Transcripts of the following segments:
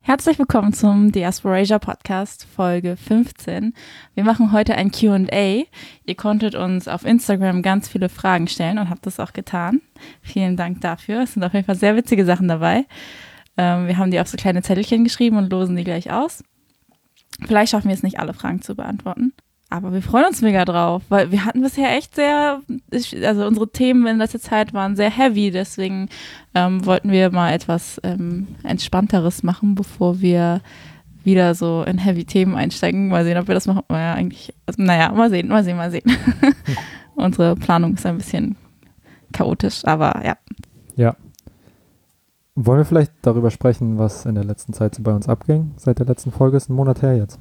Herzlich willkommen zum Diasporasia Podcast Folge 15. Wir machen heute ein Q&A. Ihr konntet uns auf Instagram ganz viele Fragen stellen und habt das auch getan. Vielen Dank dafür. Es sind auf jeden Fall sehr witzige Sachen dabei. Wir haben die auf so kleine Zettelchen geschrieben und losen die gleich aus. Vielleicht schaffen wir es nicht, alle Fragen zu beantworten. Aber wir freuen uns mega drauf, weil wir hatten bisher echt also unsere Themen in letzter Zeit waren sehr heavy, deswegen wollten wir mal etwas Entspannteres machen, bevor wir wieder so in heavy Themen einsteigen. Mal sehen, ob wir das machen. Naja, eigentlich, also, mal sehen. Unsere Planung ist ein bisschen chaotisch, aber ja. Ja. Wollen wir vielleicht darüber sprechen, was in der letzten Zeit so bei uns abging? Seit der letzten Folge ist ein Monat her jetzt.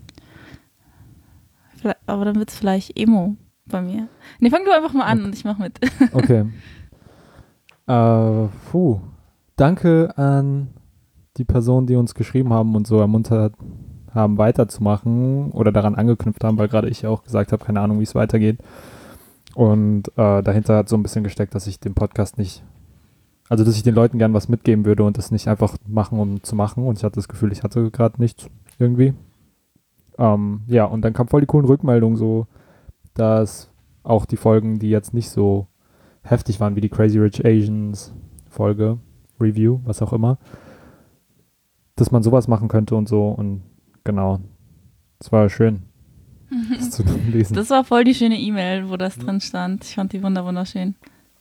Aber dann wird es vielleicht Emo bei mir. Nee, fang du einfach mal an und ich mach mit. Okay. Danke an die Personen, die uns geschrieben haben und so ermuntert haben, weiterzumachen oder daran angeknüpft haben, weil gerade ich auch gesagt habe, keine Ahnung, wie es weitergeht. Und dahinter hat so ein bisschen gesteckt, dass ich den Podcast nicht, also dass ich den Leuten gern was mitgeben würde und das nicht einfach machen, um zu machen. Und ich hatte das Gefühl, ich hatte gerade nichts irgendwie. Ja, und dann kam voll die coolen Rückmeldungen so, dass auch die Folgen, die jetzt nicht so heftig waren wie die Crazy Rich Asians Folge, Review, was auch immer, dass man sowas machen könnte und so und genau, das war schön, das zu lesen. Das war voll die schöne E-Mail, wo das drin stand. Ich fand die wunderschön.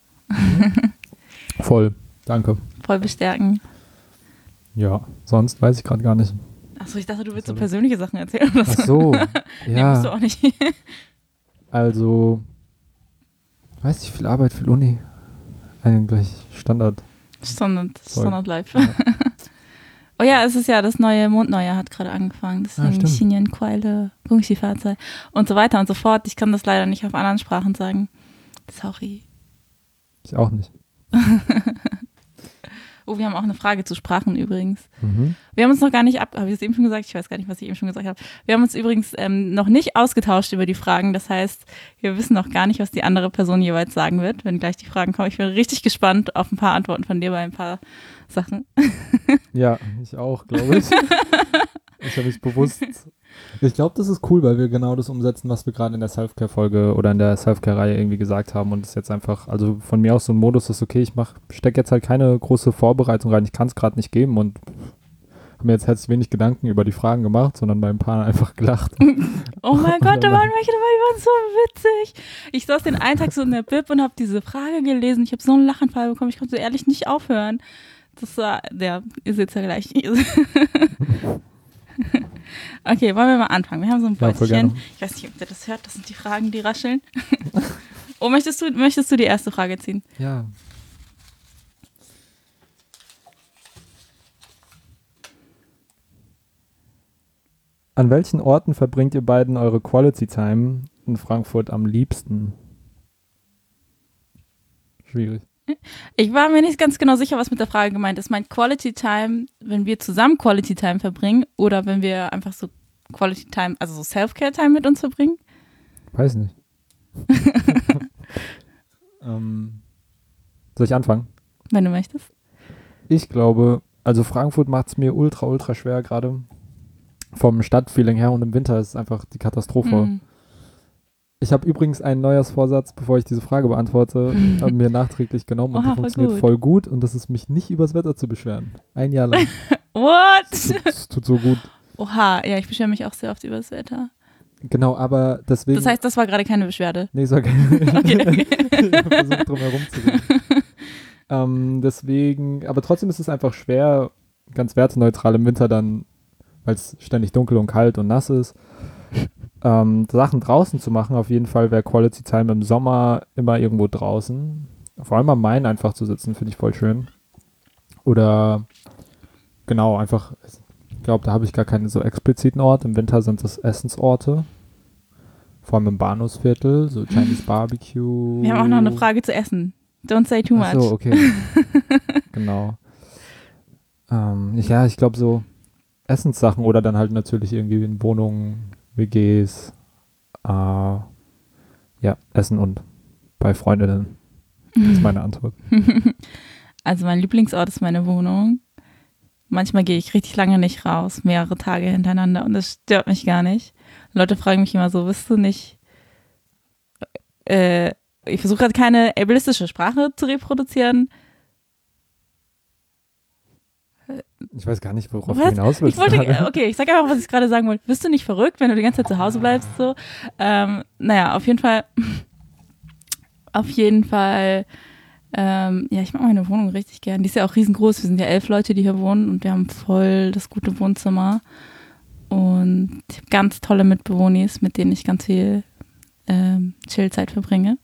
Voll, danke. Voll bestärken. Ja, sonst weiß ich gerade gar nicht. Achso, ich dachte, du willst so persönliche Sachen erzählen. Oder so. Ach so, ja. Nee, musst du auch nicht. Also, weiß nicht, viel Arbeit, viel Uni. Eigentlich Standard Life. Ja. Oh ja, es ist ja das neue Mondneujahr hat gerade angefangen. Das ist Xinyan, Quaile, Gungxi-Fahrzeug und so weiter und so fort. Ich kann das leider nicht auf anderen Sprachen sagen. Sorry. Ich auch nicht. Oh, wir haben auch eine Frage zu Sprachen übrigens. Mhm. Wir haben uns noch gar nicht habe ich das eben schon gesagt? Ich weiß gar nicht, was ich eben schon gesagt habe. Wir haben uns übrigens noch nicht ausgetauscht über die Fragen. Das heißt, wir wissen noch gar nicht, was die andere Person jeweils sagen wird, wenn gleich die Fragen kommen. Ich bin richtig gespannt auf ein paar Antworten von dir bei ein paar Sachen. Ja, ich auch, glaube ich. Ich habe mich bewusst. Ich glaube, das ist cool, weil wir genau das umsetzen, was wir gerade in der Self-Care-Folge oder in der Self-Care-Reihe irgendwie gesagt haben und es jetzt einfach, also von mir aus so ein Modus ist, okay, ich stecke jetzt halt keine große Vorbereitung rein, ich kann es gerade nicht geben und habe mir jetzt herzlich wenig Gedanken über die Fragen gemacht, sondern bei ein paar einfach gelacht. Oh mein Gott, da waren welche dabei, die waren so witzig. Ich saß den einen Tag so in der Bib und habe diese Frage gelesen, ich habe so einen Lachanfall bekommen, ich konnte so ehrlich nicht aufhören. Das war, ja, ihr seht es ja gleich. Okay, wollen wir mal anfangen? Wir haben so ein Beutelchen. Ich weiß nicht, ob ihr das hört. Das sind die Fragen, die rascheln. Oh, möchtest du die erste Frage ziehen? Ja. An welchen Orten verbringt ihr beiden eure Quality Time in Frankfurt am liebsten? Schwierig. Ich war mir nicht ganz genau sicher, was mit der Frage gemeint ist. Meint Quality Time, wenn wir zusammen Quality Time verbringen oder wenn wir einfach so Quality Time, also so Self-Care Time mit uns verbringen? Weiß nicht. Soll ich anfangen? Wenn du möchtest. Ich glaube, also Frankfurt macht es mir ultra schwer gerade. Vom Stadtfeeling her und im Winter ist es einfach die Katastrophe. Ich habe übrigens einen Neujahrsvorsatz, bevor ich diese Frage beantworte, mir nachträglich genommen und der funktioniert voll gut und das ist, mich nicht übers Wetter zu beschweren. Ein Jahr lang. What? Das tut so gut. Oha, ja, ich beschwere mich auch sehr oft über das Wetter. Genau, aber deswegen... Das heißt, das war gerade keine Beschwerde? Nee, es war keine Okay. Ich habe versucht, drum herum zu gehen. Deswegen, aber trotzdem ist es einfach schwer, ganz werteneutral im Winter dann, weil es ständig dunkel und kalt und nass ist, Sachen draußen zu machen. Auf jeden Fall wäre Quality Time im Sommer immer irgendwo draußen. Vor allem am Main einfach zu sitzen, finde ich voll schön. Oder genau, einfach, ich glaube, da habe ich gar keinen so expliziten Ort. Im Winter sind es Essensorte. Vor allem im Bahnhofsviertel, so Chinese Barbecue. Wir haben auch noch eine Frage zu Essen. Don't say too much. Ach so, okay. Genau. Ja, ich glaube so Essenssachen oder dann halt natürlich irgendwie in Wohnungen, WGs, ja, Essen und bei Freundinnen. Das ist meine Antwort. Also mein Lieblingsort ist meine Wohnung. Manchmal gehe ich richtig lange nicht raus, mehrere Tage hintereinander und das stört mich gar nicht. Leute fragen mich immer so, bist du nicht, ich versuche gerade keine ableistische Sprache zu reproduzieren. Ich weiß gar nicht, worauf du hinaus willst. Ich sag einfach, was ich gerade sagen wollte. Bist du nicht verrückt, wenn du die ganze Zeit zu Hause bleibst? So? Auf jeden Fall, ja, ich mag meine Wohnung richtig gern. Die ist ja auch riesengroß. Wir sind ja 11 Leute, die hier wohnen und wir haben voll das gute Wohnzimmer. Und ich habe ganz tolle Mitbewohner, mit denen ich ganz viel Chillzeit verbringe.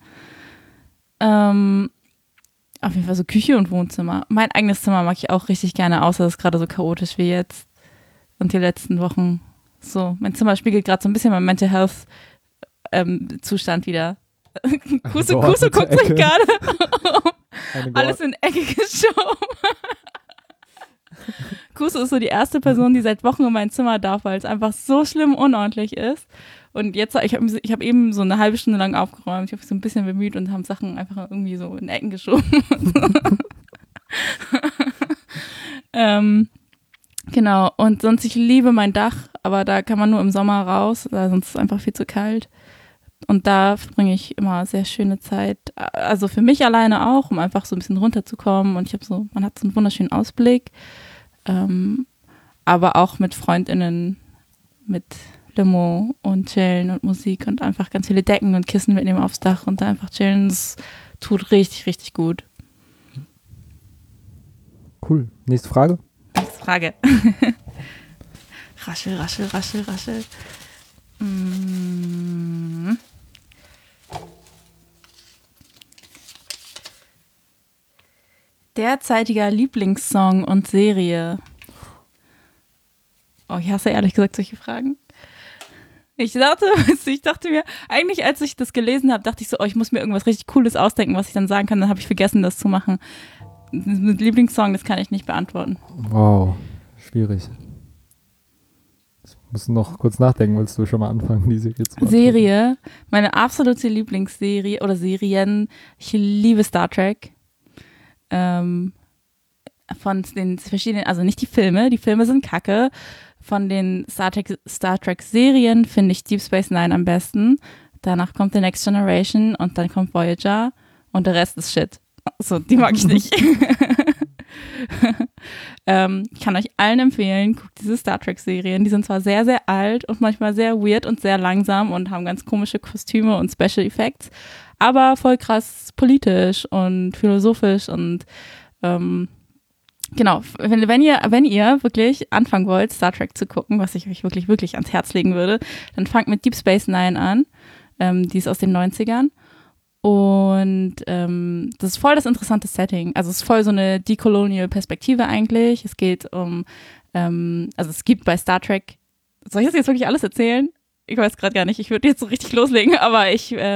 Auf jeden Fall so Küche und Wohnzimmer. Mein eigenes Zimmer mag ich auch richtig gerne, außer es ist gerade so chaotisch wie jetzt und die letzten Wochen. So, mein Zimmer spiegelt gerade so ein bisschen mein Mental Health Zustand wieder. Kuso guckt sich gerade alles in Ecke geschoben. Kuso ist so die erste Person, die seit Wochen in mein Zimmer darf, weil es einfach so schlimm unordentlich ist. Und jetzt, ich hab eben so eine halbe Stunde lang aufgeräumt. Ich habe mich so ein bisschen bemüht und haben Sachen einfach irgendwie so in Ecken geschoben. Genau. Und sonst, ich liebe mein Dach, aber da kann man nur im Sommer raus, sonst ist es einfach viel zu kalt. Und da verbringe ich immer sehr schöne Zeit. Also für mich alleine auch, um einfach so ein bisschen runterzukommen. Und man hat so einen wunderschönen Ausblick. Aber auch mit FreundInnen, mit Limo und chillen und Musik und einfach ganz viele Decken und Kissen mitnehmen aufs Dach und da einfach chillen. Das tut richtig, richtig gut. Cool. Nächste Frage. Raschel, raschel, raschel, raschel. Derzeitiger Lieblingssong und Serie. Oh, ich hasse ehrlich gesagt solche Fragen. Ich dachte mir, eigentlich als ich das gelesen habe, dachte ich so, ich muss mir irgendwas richtig Cooles ausdenken, was ich dann sagen kann. Dann habe ich vergessen, das zu machen. Mit Lieblingssong, das kann ich nicht beantworten. Wow, schwierig. Ich muss noch kurz nachdenken, willst du schon mal anfangen, die Serie zu beantworten? Serie, meine absolute Lieblingsserie oder Serien, ich liebe Star Trek. Von den verschiedenen, also nicht die Filme sind kacke. Von den Star Trek Serien finde ich Deep Space Nine am besten. Danach kommt The Next Generation und dann kommt Voyager und der Rest ist Shit. So, die mag ich nicht. Ich kann euch allen empfehlen, guckt diese Star Trek Serien. Die sind zwar sehr, sehr alt und manchmal sehr weird und sehr langsam und haben ganz komische Kostüme und Special Effects, aber voll krass politisch und philosophisch und genau, wenn ihr wirklich anfangen wollt, Star Trek zu gucken, was ich euch wirklich, wirklich ans Herz legen würde, dann fangt mit Deep Space Nine an. Die ist aus den 90ern. Und das ist voll das interessante Setting. Also es ist voll so eine decolonial Perspektive eigentlich. Es geht also es gibt bei Star Trek, soll ich das jetzt wirklich alles erzählen? Ich weiß gerade gar nicht, ich würde jetzt so richtig loslegen, aber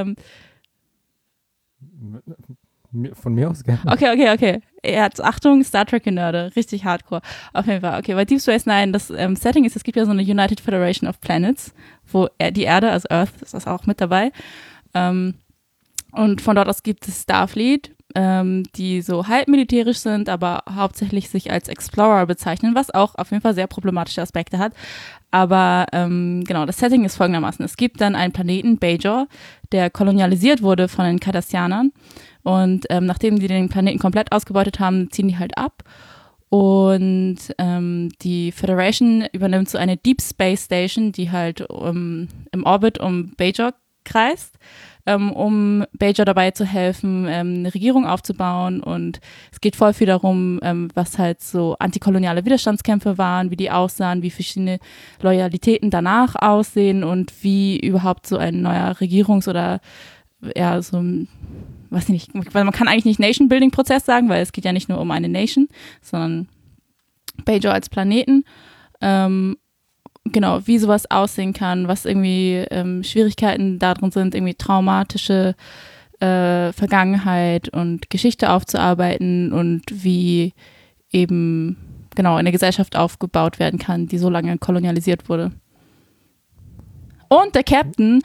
von mir aus gerne. Okay. Achtung, Star Trek-Nörde, richtig hardcore. Auf jeden Fall. Okay, bei Deep Space Nine, das Setting ist, es gibt ja so eine United Federation of Planets, wo die Erde, also Earth, ist das auch mit dabei. Und von dort aus gibt es Starfleet, die so halb militärisch sind, aber hauptsächlich sich als Explorer bezeichnen, was auch auf jeden Fall sehr problematische Aspekte hat. Aber genau, das Setting ist folgendermaßen. Es gibt dann einen Planeten, Bajor, der kolonialisiert wurde von den Cardassianern. Und nachdem die den Planeten komplett ausgebeutet haben, ziehen die halt ab. Und die Föderation übernimmt so eine Deep Space Station, die halt im Orbit um Bajor kreist, um Bajor dabei zu helfen, eine Regierung aufzubauen. Und es geht voll viel darum, was halt so antikoloniale Widerstandskämpfe waren, wie die aussahen, wie verschiedene Loyalitäten danach aussehen und wie überhaupt so ein neuer oder ja, so weiß ich nicht, weil man kann eigentlich nicht Nation-Building-Prozess sagen, weil es geht ja nicht nur um eine Nation, sondern Bajor als Planeten. Genau, wie sowas aussehen kann, was irgendwie Schwierigkeiten darin sind, irgendwie traumatische Vergangenheit und Geschichte aufzuarbeiten und wie eben genau eine Gesellschaft aufgebaut werden kann, die so lange kolonialisiert wurde. Und der Captain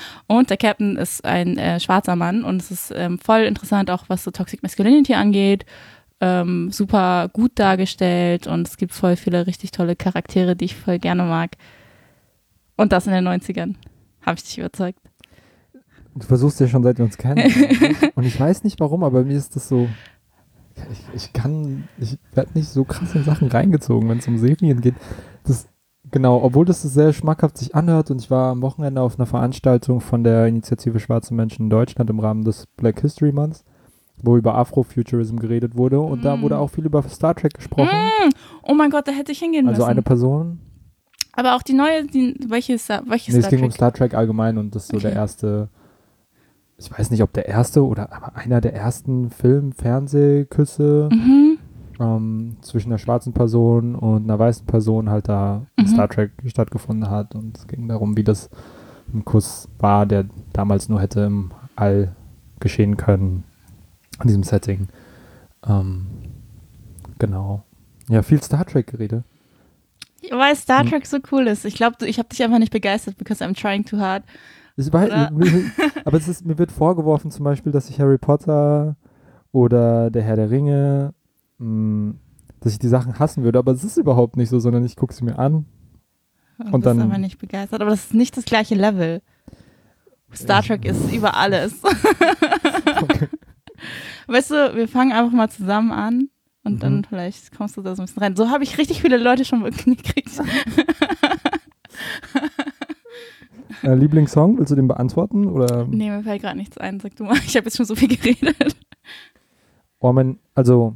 ist ein schwarzer Mann und es ist voll interessant auch, was so Toxic Masculinity angeht. super gut dargestellt und es gibt voll viele richtig tolle Charaktere, die ich voll gerne mag. Und das in den 90ern. Habe ich dich überzeugt. Du versuchst ja schon, seit wir uns kennen. Und ich weiß nicht warum, aber mir ist das so, ich werde nicht so krass in Sachen reingezogen, wenn es um Serien geht. Genau, obwohl das sehr schmackhaft sich anhört und ich war am Wochenende auf einer Veranstaltung von der Initiative Schwarze Menschen in Deutschland im Rahmen des Black History Months, wo über Afrofuturism geredet wurde und da wurde auch viel über Star Trek gesprochen. Oh mein Gott, da hätte ich hingehen müssen. Also eine Person. Aber auch die neue, welche Star Trek? Es ging um Star Trek allgemein und das ist so der erste, ich weiß nicht, ob der erste oder aber einer der ersten Fernsehküsse zwischen einer schwarzen Person und einer weißen Person halt da in Star Trek stattgefunden hat und es ging darum, wie das ein Kuss war, der damals nur hätte im All geschehen können, in diesem Setting. Genau. Ja, viel Star Trek-Gerede. Weil Star Trek so cool ist. Ich glaube, ich habe dich einfach nicht begeistert, because I'm trying too hard. Aber mir wird vorgeworfen zum Beispiel, dass ich Harry Potter oder der Herr der Ringe, dass ich die Sachen hassen würde, aber es ist überhaupt nicht so, sondern ich gucke sie mir an. Und dann. Ich bin aber nicht begeistert, aber das ist nicht das gleiche Level. Star Trek ist über alles. Okay. Weißt du, wir fangen einfach mal zusammen an und dann vielleicht kommst du da so ein bisschen rein. So habe ich richtig viele Leute schon gekriegt. Lieblingssong, willst du den beantworten? Oder? Nee, mir fällt gerade nichts ein. Sag du mal, ich habe jetzt schon so viel geredet. Also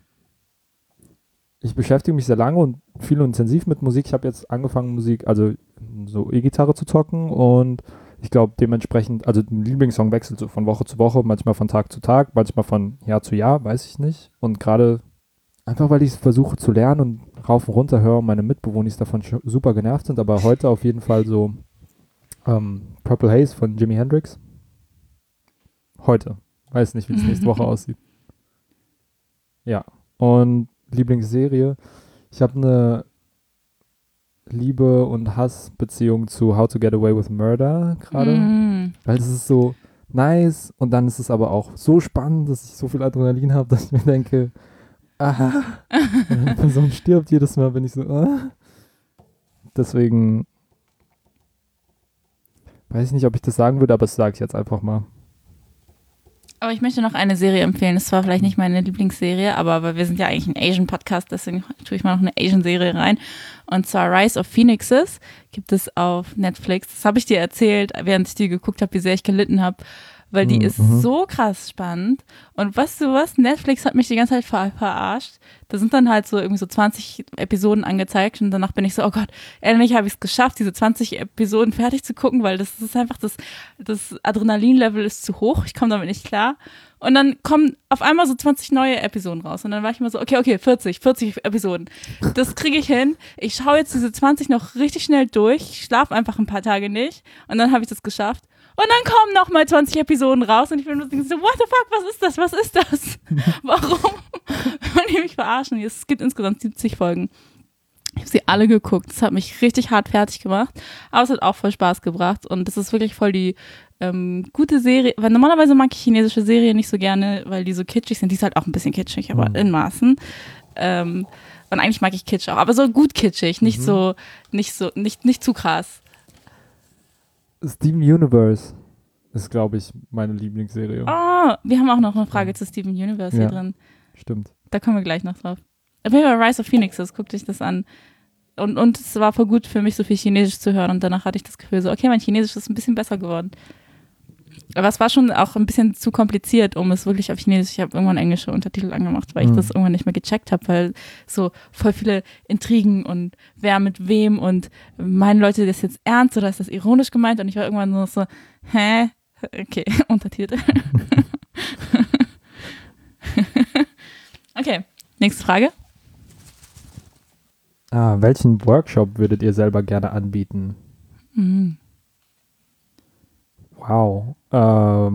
ich beschäftige mich sehr lange und viel und intensiv mit Musik. Ich habe jetzt angefangen, also so E-Gitarre zu zocken und ich glaube dementsprechend, also der Lieblingssong wechselt so von Woche zu Woche, manchmal von Tag zu Tag, manchmal von Jahr zu Jahr, weiß ich nicht. Und gerade einfach, weil ich es versuche zu lernen und rauf und runter höre und meine Mitbewohner davon super genervt sind, aber heute auf jeden Fall so Purple Haze von Jimi Hendrix. Heute. Weiß nicht, wie es nächste Woche aussieht. Ja. Und Lieblingsserie. Ich habe eine Liebe- und Hassbeziehung zu How to Get Away with Murder gerade. Weil es ist so nice und dann ist es aber auch so spannend, dass ich so viel Adrenalin habe, dass ich mir denke, wenn eine Person stirbt, jedes Mal bin ich so, Deswegen weiß ich nicht, ob ich das sagen würde, aber das sage ich jetzt einfach mal. Aber ich möchte noch eine Serie empfehlen. Das war vielleicht nicht meine Lieblingsserie, aber weil wir sind ja eigentlich ein Asian-Podcast, deswegen tue ich mal noch eine Asian-Serie rein. Und zwar Rise of Phoenixes gibt es auf Netflix. Das habe ich dir erzählt, während ich die geguckt habe, wie sehr ich gelitten habe, weil die ist so krass spannend. Und weißt du was? Netflix hat mich die ganze Zeit verarscht. Da sind dann halt so irgendwie so 20 Episoden angezeigt und danach bin ich so, oh Gott, endlich habe ich es geschafft, diese 20 Episoden fertig zu gucken, weil das ist einfach, das Adrenalinlevel ist zu hoch, ich komme damit nicht klar. Und dann kommen auf einmal so 20 neue Episoden raus und dann war ich immer so, okay, 40 Episoden. Das kriege ich hin. Ich schaue jetzt diese 20 noch richtig schnell durch, ich schlafe einfach ein paar Tage nicht und dann habe ich das geschafft. Und dann kommen nochmal 20 Episoden raus und ich bin so, what the fuck, was ist das? Warum? Und die mich verarschen. Es gibt insgesamt 70 Folgen. Ich habe sie alle geguckt. Das hat mich richtig hart fertig gemacht. Aber es hat auch voll Spaß gebracht. Und das ist wirklich voll die gute Serie. Weil normalerweise mag ich chinesische Serien nicht so gerne, weil die so kitschig sind. Die ist halt auch ein bisschen kitschig, aber in Maßen. Und eigentlich mag ich Kitsch auch. Aber so gut kitschig, nicht zu krass. Steven Universe ist, glaube ich, meine Lieblingsserie. Oh, wir haben auch noch eine Frage zu Steven Universe hier drin. Stimmt. Da kommen wir gleich noch drauf. Auf jeden Fall Rise of Phoenixes, guckt euch das an. Und es war voll gut für mich, so viel Chinesisch zu hören. Und danach hatte ich das Gefühl so, okay, mein Chinesisch ist ein bisschen besser geworden. Aber es war schon auch ein bisschen zu kompliziert, um es wirklich auf Chinesisch. Ich habe irgendwann englische Untertitel angemacht, weil ich das irgendwann nicht mehr gecheckt habe, weil so voll viele Intrigen und wer mit wem und meinen Leute das jetzt ernst oder ist das ironisch gemeint? Und ich war irgendwann nur so, hä? Okay, Untertitel. Okay, nächste Frage. Welchen Workshop würdet ihr selber gerne anbieten? Wow. Wir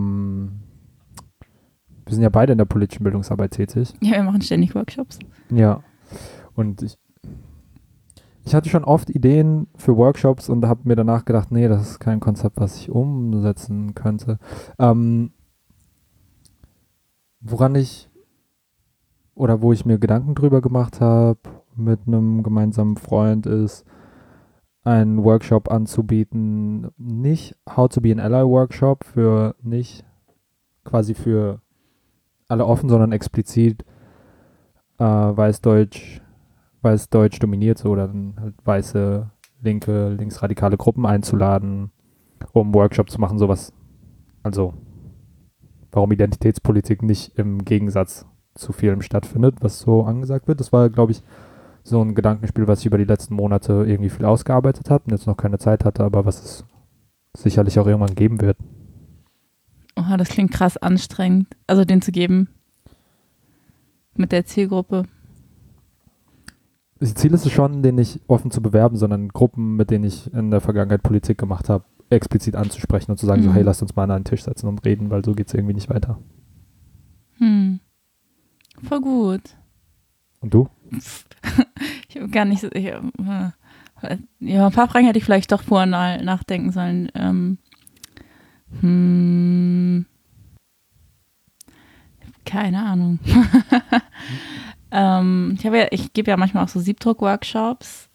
sind ja beide in der politischen Bildungsarbeit tätig. Ja, wir machen ständig Workshops. Ja. Und ich hatte schon oft Ideen für Workshops und habe mir danach gedacht, nee, das ist kein Konzept, was ich umsetzen könnte. Woran ich oder wo ich mir Gedanken drüber gemacht habe mit einem gemeinsamen Freund, ist einen Workshop anzubieten, nicht How to be an Ally Workshop für nicht quasi für alle offen, sondern explizit weiß Deutsch dominiert so, oder dann halt weiße, linke, linksradikale Gruppen einzuladen, um einen Workshop zu machen, sowas. Also, warum Identitätspolitik nicht im Gegensatz zu vielem stattfindet, was so angesagt wird. Das war, glaube ich, so ein Gedankenspiel, was ich über die letzten Monate irgendwie viel ausgearbeitet habe und jetzt noch keine Zeit hatte, aber was es sicherlich auch irgendwann geben wird. Oh, das klingt krass anstrengend. Also den zu geben mit der Zielgruppe. Das Ziel ist es schon, den nicht offen zu bewerben, sondern Gruppen, mit denen ich in der Vergangenheit Politik gemacht habe, explizit anzusprechen und zu sagen, so hey, lasst uns mal an einen Tisch setzen und reden, weil so geht es irgendwie nicht weiter. Voll gut. Und du? Ich habe gar nicht so. Ja, ein paar Fragen hätte ich vielleicht doch vorher nachdenken sollen. Keine Ahnung. Ich gebe ja manchmal auch so Siebdruck-Workshops.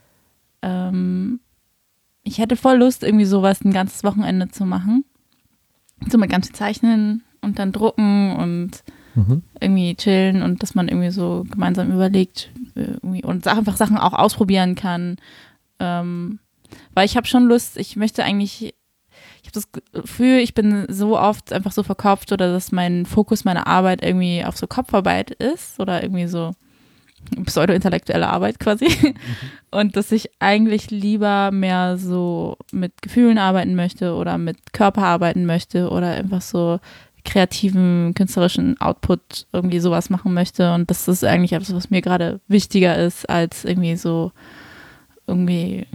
Ich hätte voll Lust, irgendwie sowas ein ganzes Wochenende zu machen. So mit ganz viel Zeichnen und dann drucken und irgendwie chillen und dass man irgendwie so gemeinsam überlegt und einfach Sachen auch ausprobieren kann. Weil ich habe schon Lust, ich habe das Gefühl, ich bin so oft einfach so verkopft oder dass mein Fokus meiner Arbeit irgendwie auf so Kopfarbeit ist oder irgendwie so pseudo-intellektuelle Arbeit quasi. Und dass ich eigentlich lieber mehr so mit Gefühlen arbeiten möchte oder mit Körper arbeiten möchte oder einfach so kreativen, künstlerischen Output irgendwie sowas machen möchte. Und das ist eigentlich etwas, was mir gerade wichtiger ist, als irgendwie so irgendwie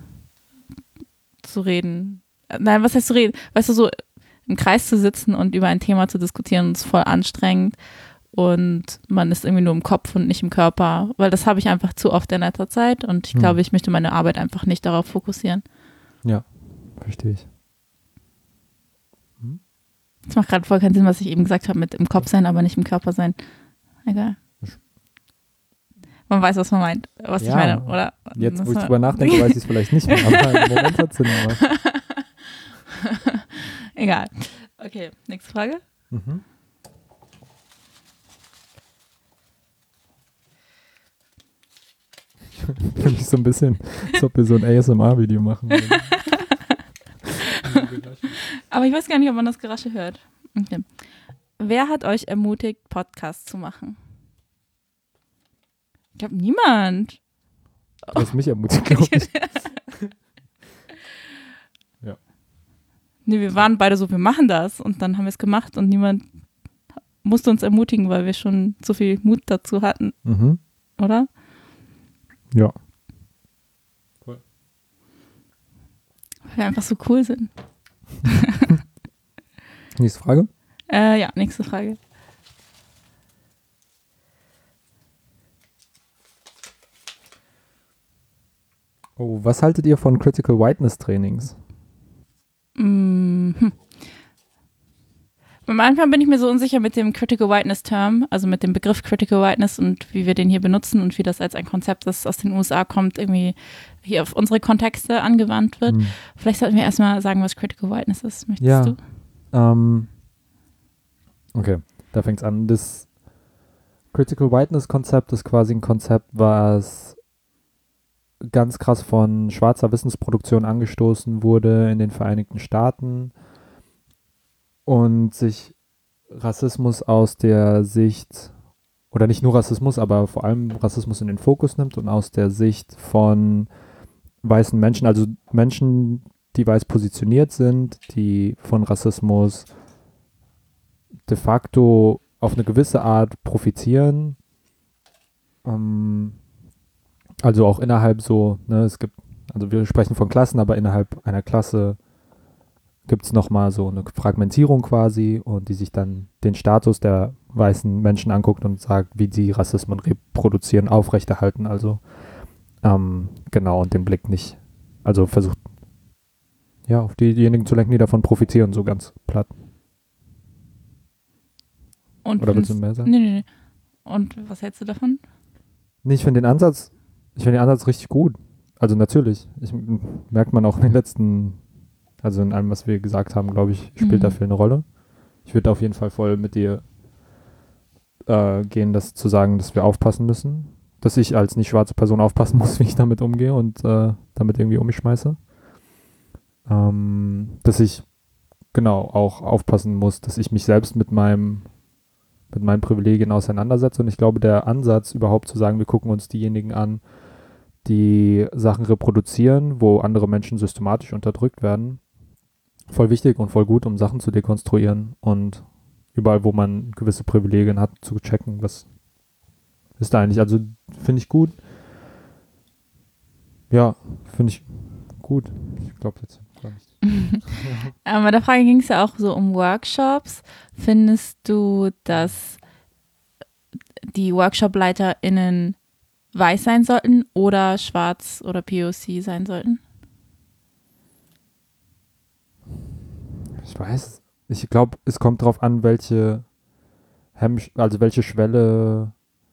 zu reden. Nein, was heißt zu reden? Weißt du, so im Kreis zu sitzen und über ein Thema zu diskutieren, ist voll anstrengend und man ist irgendwie nur im Kopf und nicht im Körper, weil das habe ich einfach zu oft in letzter Zeit und ich glaube, ich möchte meine Arbeit einfach nicht darauf fokussieren. Ja, verstehe ich. Das macht gerade voll keinen Sinn, was ich eben gesagt habe mit im Kopf sein, aber nicht im Körper sein. Egal. Man weiß, was man meint, was ich meine, oder? Jetzt, wo ich drüber nachdenke, weiß ich es vielleicht nicht mehr, aber im Moment hat es Sinn gemacht. Egal. Okay, nächste Frage. Ich fühle mich so ein bisschen, als ob wir so ein ASMR-Video machen. Aber ich weiß gar nicht, ob man das Gerasche hört. Okay. Wer hat euch ermutigt, Podcasts zu machen? Ich glaube, niemand. Du hast mich ermutigt, glaube ich. Ja. Nee, wir waren beide so, wir machen das. Und dann haben wir es gemacht und niemand musste uns ermutigen, weil wir schon so viel Mut dazu hatten. Oder? Ja. Cool. Weil wir einfach so cool sind. Nächste Frage? Ja, nächste Frage. Oh, was haltet ihr von Critical Whiteness Trainings? Manchmal bin ich mir so unsicher mit dem Critical Whiteness Term, also mit dem Begriff Critical Whiteness und wie wir den hier benutzen und wie das als ein Konzept, das aus den USA kommt, irgendwie hier auf unsere Kontexte angewandt wird. Vielleicht sollten wir erstmal sagen, was Critical Whiteness ist. Möchtest du? Okay, da fängt es an. Das Critical Whiteness Konzept ist quasi ein Konzept, was ganz krass von schwarzer Wissensproduktion angestoßen wurde in den Vereinigten Staaten und sich Rassismus aus der Sicht, oder nicht nur Rassismus, aber vor allem Rassismus in den Fokus nimmt und aus der Sicht von weißen Menschen, also Menschen, die weiß positioniert sind, die von Rassismus de facto auf eine gewisse Art profitieren, also auch innerhalb so, ne, also wir sprechen von Klassen, aber innerhalb einer Klasse gibt es nochmal so eine Fragmentierung quasi und die sich dann den Status der weißen Menschen anguckt und sagt, wie sie Rassismen reproduzieren, aufrechterhalten, also genau, und den Blick nicht, also versucht, ja, auf diejenigen zu lenken, die davon profitieren, so ganz platt. Und oder willst du mehr sagen? Nee. Und was hältst du davon? Nee, ich finde den Ansatz richtig gut. Also natürlich, merkt man auch in den letzten, also in allem, was wir gesagt haben, glaube ich, spielt da viel eine Rolle. Ich würde auf jeden Fall voll mit dir gehen, das zu sagen, dass wir aufpassen müssen. Dass ich als nicht schwarze Person aufpassen muss, wie ich damit umgehe und damit irgendwie um mich schmeiße. Dass ich genau auch aufpassen muss, dass ich mich selbst mit meinen Privilegien auseinandersetze. Und ich glaube, der Ansatz überhaupt zu sagen, wir gucken uns diejenigen an, die Sachen reproduzieren, wo andere Menschen systematisch unterdrückt werden, voll wichtig und voll gut, um Sachen zu dekonstruieren und überall, wo man gewisse Privilegien hat, zu checken, was ist da eigentlich. Also finde ich gut. Ja, finde ich gut. Ich glaube jetzt gar nicht. Bei der Frage ging es ja auch so um Workshops. Findest du, dass die WorkshopleiterInnen weiß sein sollten oder schwarz oder POC sein sollten? Ich weiß. Ich glaube, es kommt darauf an, welche Schwelle,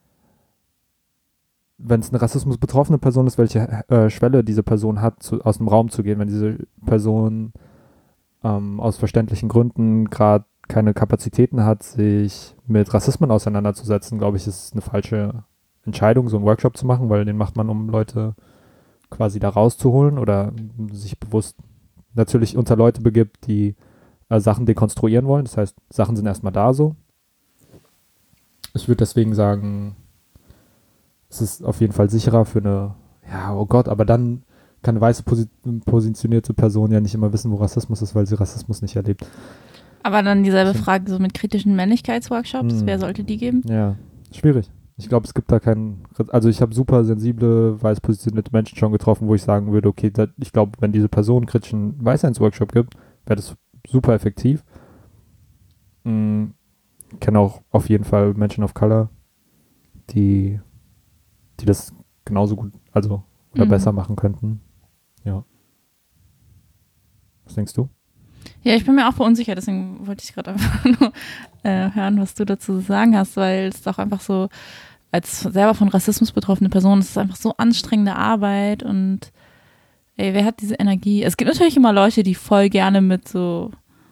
wenn es eine rassismusbetroffene Person ist, welche Schwelle diese Person hat, aus dem Raum zu gehen. Wenn diese Person aus verständlichen Gründen gerade keine Kapazitäten hat, sich mit Rassismen auseinanderzusetzen, glaube ich, ist es eine falsche Entscheidung, so einen Workshop zu machen, weil den macht man, um Leute quasi da rauszuholen oder sich bewusst natürlich unter Leute begibt, die Sachen dekonstruieren wollen. Das heißt, Sachen sind erstmal da so. Ich würde deswegen sagen, es ist auf jeden Fall sicherer für eine, ja, oh Gott, aber dann kann eine weiße positionierte Person ja nicht immer wissen, wo Rassismus ist, weil sie Rassismus nicht erlebt. Aber dann dieselbe Frage so mit kritischen Männlichkeitsworkshops, wer sollte die geben? Ja, schwierig. Ich glaube, es gibt da keinen, also ich habe super sensible, weiß positionierte Menschen schon getroffen, wo ich sagen würde, okay, ich glaube, wenn diese Person einen kritischen Weißseins-Workshop gibt, wäre das super effektiv. Ich kenne auch auf jeden Fall Menschen of Color, die das genauso gut, also oder besser machen könnten. Ja. Was denkst du? Ja, ich bin mir auch verunsichert, deswegen wollte ich gerade einfach nur hören, was du dazu zu sagen hast, weil es doch einfach so, als selber von Rassismus betroffene Person, es ist einfach so anstrengende Arbeit und ey, wer hat diese Energie? Es gibt natürlich immer Leute, die voll gerne mit so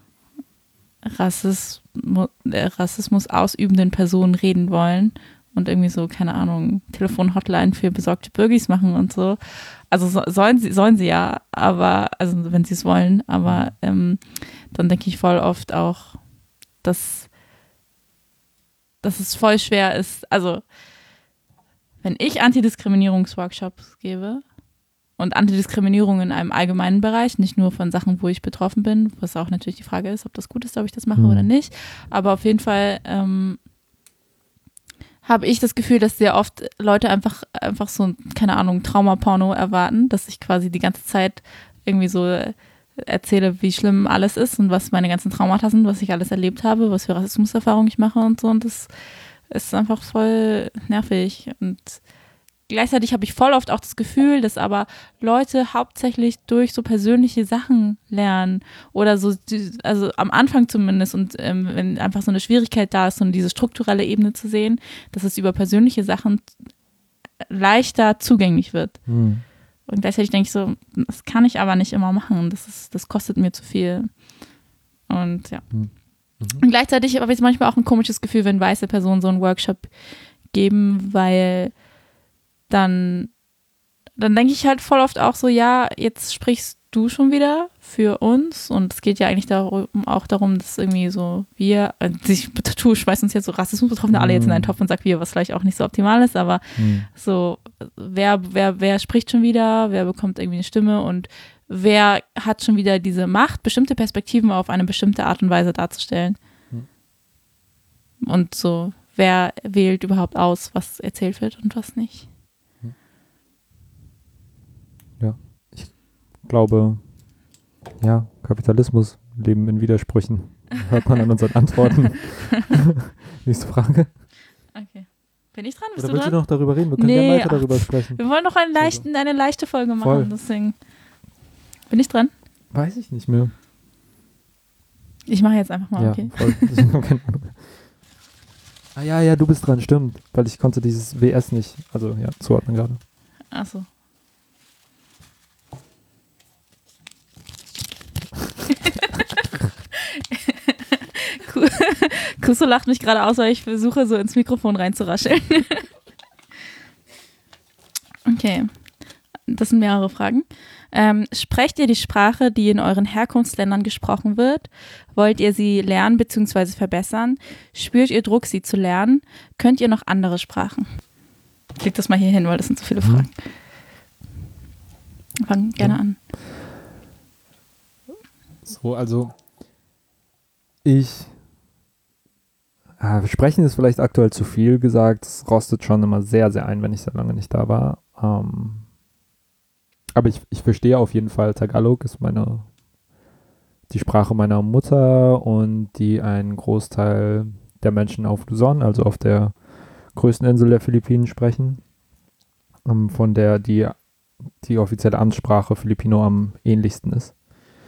Rassismus ausübenden Personen reden wollen und irgendwie so, keine Ahnung, Telefon-Hotline für besorgte Bürgis machen und so. Also sollen sie ja, aber, also wenn sie es wollen, aber dann denke ich voll oft auch, dass es voll schwer ist. Also wenn ich Antidiskriminierungsworkshops gebe und Antidiskriminierung in einem allgemeinen Bereich, nicht nur von Sachen, wo ich betroffen bin, was auch natürlich die Frage ist, ob das gut ist, ob ich das mache oder nicht, aber auf jeden Fall habe ich das Gefühl, dass sehr oft Leute einfach so, keine Ahnung, Traumaporno erwarten, dass ich quasi die ganze Zeit irgendwie so erzähle, wie schlimm alles ist und was meine ganzen Traumata sind, was ich alles erlebt habe, was für Rassismuserfahrungen ich mache und so. Und das ist einfach voll nervig. Und gleichzeitig habe ich voll oft auch das Gefühl, dass aber Leute hauptsächlich durch so persönliche Sachen lernen oder so, also am Anfang zumindest und wenn einfach so eine Schwierigkeit da ist, so diese strukturelle Ebene zu sehen, dass es über persönliche Sachen leichter zugänglich wird. Und gleichzeitig denke ich so, das kann ich aber nicht immer machen, das kostet mir zu viel. Und ja. Und gleichzeitig habe ich manchmal auch ein komisches Gefühl, wenn weiße Personen so einen Workshop geben, weil dann denke ich halt voll oft auch so, ja, jetzt sprichst du schon wieder für uns und es geht ja eigentlich auch darum, dass irgendwie so wir, du schmeißt uns jetzt so Rassismusbetroffene alle jetzt in einen Topf und sagt wir, was vielleicht auch nicht so optimal ist, aber so, wer spricht schon wieder, wer bekommt irgendwie eine Stimme und wer hat schon wieder diese Macht, bestimmte Perspektiven auf eine bestimmte Art und Weise darzustellen. Und so, wer wählt überhaupt aus, was erzählt wird und was nicht. Ja, ich glaube, ja, Kapitalismus, Leben in Widersprüchen. Hört man an unseren Antworten. Nächste Frage. Okay. Bin ich dran? Bist du noch darüber reden? Wir können gerne weiter darüber sprechen. Wir wollen noch eine leichte Folge machen, deswegen. Bin ich dran? Weiß ich nicht mehr. Ich mache jetzt einfach mal, ja, okay. Voll. Ah ja, du bist dran, stimmt. Weil ich konnte dieses WS nicht, also ja, zuordnen gerade. Achso. Kusso lacht mich gerade aus, weil ich versuche, so ins Mikrofon reinzurascheln. Okay, das sind mehrere Fragen. Sprecht ihr die Sprache, die in euren Herkunftsländern gesprochen wird? Wollt ihr sie lernen bzw. verbessern? Spürt ihr Druck, sie zu lernen? Könnt ihr noch andere Sprachen? Ich leg das mal hier hin, weil das sind so viele Fragen. Fang gerne an. So, also sprechen ist vielleicht aktuell zu viel gesagt. Es rostet schon immer sehr, sehr ein, wenn ich sehr lange nicht da war. Aber ich verstehe auf jeden Fall, Tagalog ist die Sprache meiner Mutter und die ein Großteil der Menschen auf Luzon, also auf der größten Insel der Philippinen, sprechen. Von der die offizielle Amtssprache Filipino am ähnlichsten ist.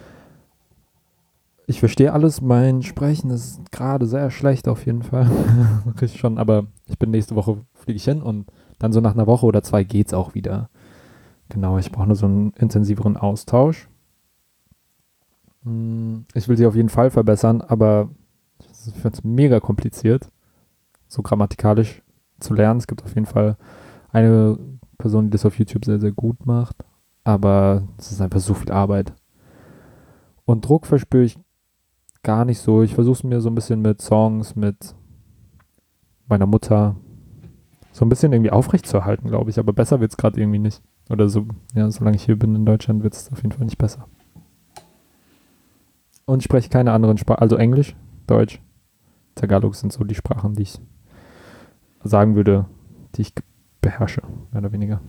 Ich verstehe alles, mein Sprechen ist gerade sehr schlecht auf jeden Fall. Schon, aber nächste Woche fliege ich hin und dann so nach einer Woche oder 2 geht's auch wieder. Genau, ich brauche nur so einen intensiveren Austausch. Ich will sie auf jeden Fall verbessern, aber ich finde es mega kompliziert, so grammatikalisch zu lernen. Es gibt auf jeden Fall eine Person, die das auf YouTube sehr, sehr gut macht, aber es ist einfach so viel Arbeit. Und Druck verspüre ich gar nicht so. Ich versuche es mir so ein bisschen mit Songs, mit meiner Mutter so ein bisschen irgendwie aufrechtzuerhalten, glaube ich, aber besser wird es gerade irgendwie nicht. Oder so, ja, solange ich hier bin in Deutschland, wird es auf jeden Fall nicht besser. Und ich spreche keine anderen Sprachen, also Englisch, Deutsch, Tagalog sind so die Sprachen, die ich sagen würde, die ich beherrsche, mehr oder weniger.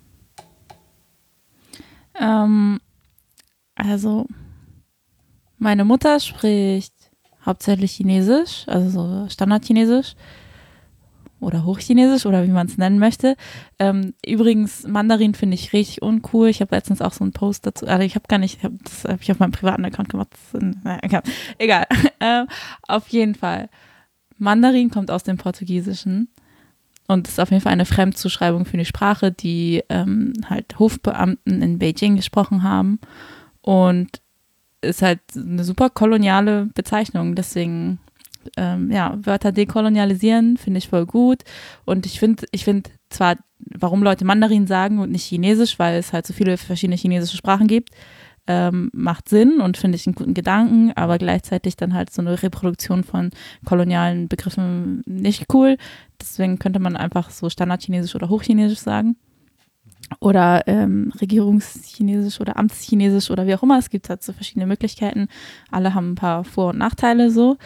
Also, meine Mutter spricht hauptsächlich Chinesisch, also so Standardchinesisch oder Hochchinesisch oder wie man es nennen möchte. Übrigens, Mandarin finde ich richtig uncool. Ich habe letztens auch so einen Post dazu, also das habe ich auf meinem privaten Account gemacht. Egal. Auf jeden Fall. Mandarin kommt aus dem Portugiesischen und ist auf jeden Fall eine Fremdzuschreibung für die Sprache, die halt Hofbeamten in Beijing gesprochen haben und ist halt eine super koloniale Bezeichnung, deswegen Wörter dekolonialisieren finde ich voll gut und ich finde zwar, warum Leute Mandarin sagen und nicht Chinesisch, weil es halt so viele verschiedene chinesische Sprachen gibt, macht Sinn und finde ich einen guten Gedanken, aber gleichzeitig dann halt so eine Reproduktion von kolonialen Begriffen nicht cool, deswegen könnte man einfach so Standardchinesisch oder Hochchinesisch sagen. Oder Regierungschinesisch oder Amtschinesisch oder wie auch immer. Es gibt halt so verschiedene Möglichkeiten. Alle haben ein paar Vor- und Nachteile so.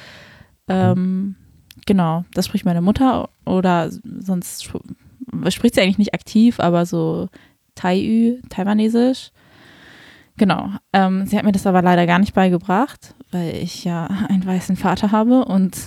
Genau, das spricht meine Mutter. Oder sonst spricht sie eigentlich nicht aktiv, aber so Taiwanesisch. Genau. Sie hat mir das aber leider gar nicht beigebracht, weil ich ja einen weißen Vater habe und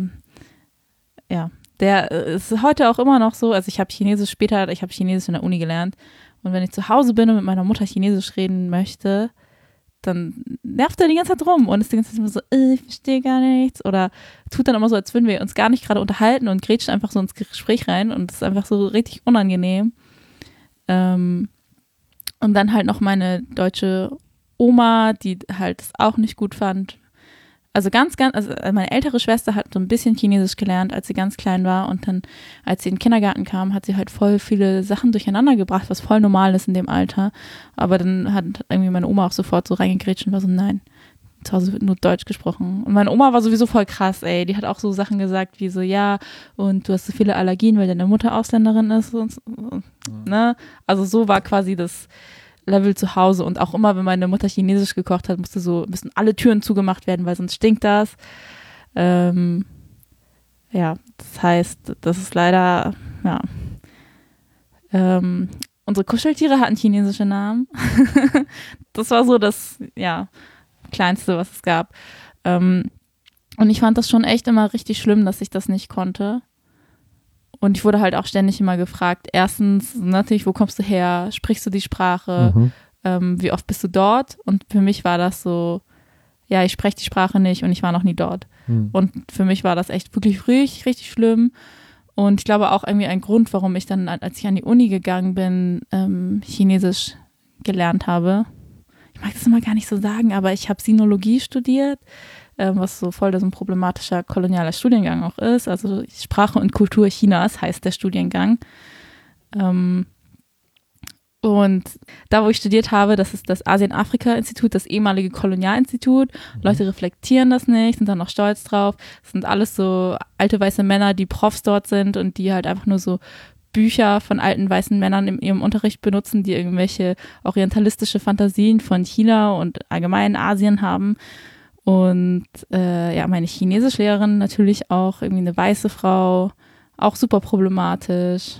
der ist heute auch immer noch so, also ich habe Chinesisch in der Uni gelernt und wenn ich zu Hause bin und mit meiner Mutter Chinesisch reden möchte, dann nervt er die ganze Zeit rum und ist die ganze Zeit immer so, ich verstehe gar nichts oder tut dann immer so, als würden wir uns gar nicht gerade unterhalten und grätscht einfach so ins Gespräch rein und das ist einfach so richtig unangenehm. Und dann halt noch meine deutsche Oma, die halt das auch nicht gut fand. Also also meine ältere Schwester hat so ein bisschen Chinesisch gelernt, als sie ganz klein war und dann, als sie in den Kindergarten kam, hat sie halt voll viele Sachen durcheinander gebracht, was voll normal ist in dem Alter. Aber dann hat irgendwie meine Oma auch sofort so reingegrätscht und war so, nein, zu Hause wird nur Deutsch gesprochen. Und meine Oma war sowieso voll krass, ey. Die hat auch so Sachen gesagt wie so, ja, und du hast so viele Allergien, weil deine Mutter Ausländerin ist und ne? Also so war quasi das Level zu Hause und auch immer, wenn meine Mutter Chinesisch gekocht hat, müssen alle Türen zugemacht werden, weil sonst stinkt das. Das heißt, das ist leider, unsere Kuscheltiere hatten chinesische Namen. Das war so das, Kleinste, was es gab. Und ich fand das schon echt immer richtig schlimm, dass ich das nicht konnte. Und ich wurde halt auch ständig immer gefragt, erstens natürlich, wo kommst du her? Sprichst du die Sprache? Wie oft bist du dort? Und für mich war das so, ja, ich spreche die Sprache nicht und ich war noch nie dort. Und für mich war das echt wirklich richtig schlimm. Und ich glaube auch irgendwie ein Grund, warum ich dann, als ich an die Uni gegangen bin, Chinesisch gelernt habe. Ich mag das immer gar nicht so sagen, aber ich habe Sinologie studiert, was so voll so ein problematischer kolonialer Studiengang auch ist. Also Sprache und Kultur Chinas heißt der Studiengang. Und da, wo ich studiert habe, das ist das Asien-Afrika-Institut, das ehemalige Kolonialinstitut. Leute reflektieren das nicht, sind dann noch stolz drauf. Das sind alles so alte weiße Männer, die Profs dort sind und die halt einfach nur so Bücher von alten weißen Männern in ihrem Unterricht benutzen, die irgendwelche orientalistische Fantasien von China und allgemein Asien haben. Und ja, meine Chinesischlehrerin natürlich auch irgendwie eine weiße Frau, auch super problematisch.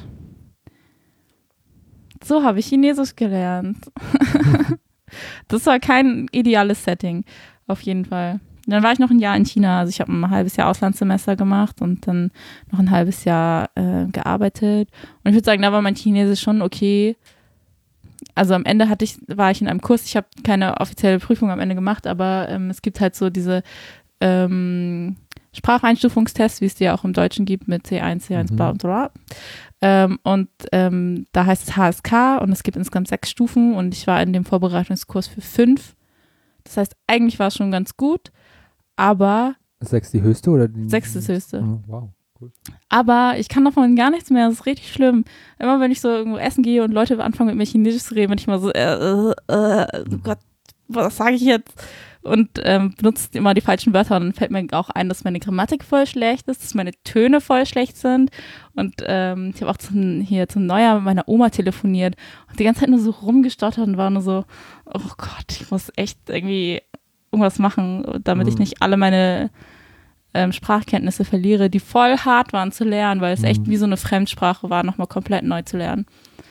So habe ich Chinesisch gelernt. Das war kein ideales Setting, auf jeden Fall. Dann war ich noch ein Jahr in China, also ich habe ein halbes Jahr Auslandssemester gemacht und dann noch ein halbes Jahr gearbeitet. Und ich würde sagen, da war mein Chinesisch schon okay. Also am Ende war ich in einem Kurs, ich habe keine offizielle Prüfung am Ende gemacht, aber es gibt halt so diese Spracheinstufungstests, wie es die ja auch im Deutschen gibt mit C1, bla und bla. Da heißt es HSK und es gibt insgesamt 6 Stufen und ich war in dem Vorbereitungskurs für 5. Das heißt, eigentlich war es schon ganz gut, aber... Ist 6 die höchste oder die? 6 ist das höchste. Oh, wow, cool. Aber ich kann davon gar nichts mehr, das ist richtig schlimm. Immer wenn ich so irgendwo essen gehe und Leute anfangen mit mir Chinesisch zu reden, bin ich mal so, Gott, was sage ich jetzt? Und benutzt immer die falschen Wörter und dann fällt mir auch ein, dass meine Grammatik voll schlecht ist, dass meine Töne voll schlecht sind und ich habe auch zum Neujahr mit meiner Oma telefoniert und die ganze Zeit nur so rumgestottert und war nur so, oh Gott, ich muss echt irgendwie irgendwas machen, damit ich nicht alle meine Sprachkenntnisse verliere, die voll hart waren zu lernen, weil es echt wie so eine Fremdsprache war, nochmal komplett neu zu lernen.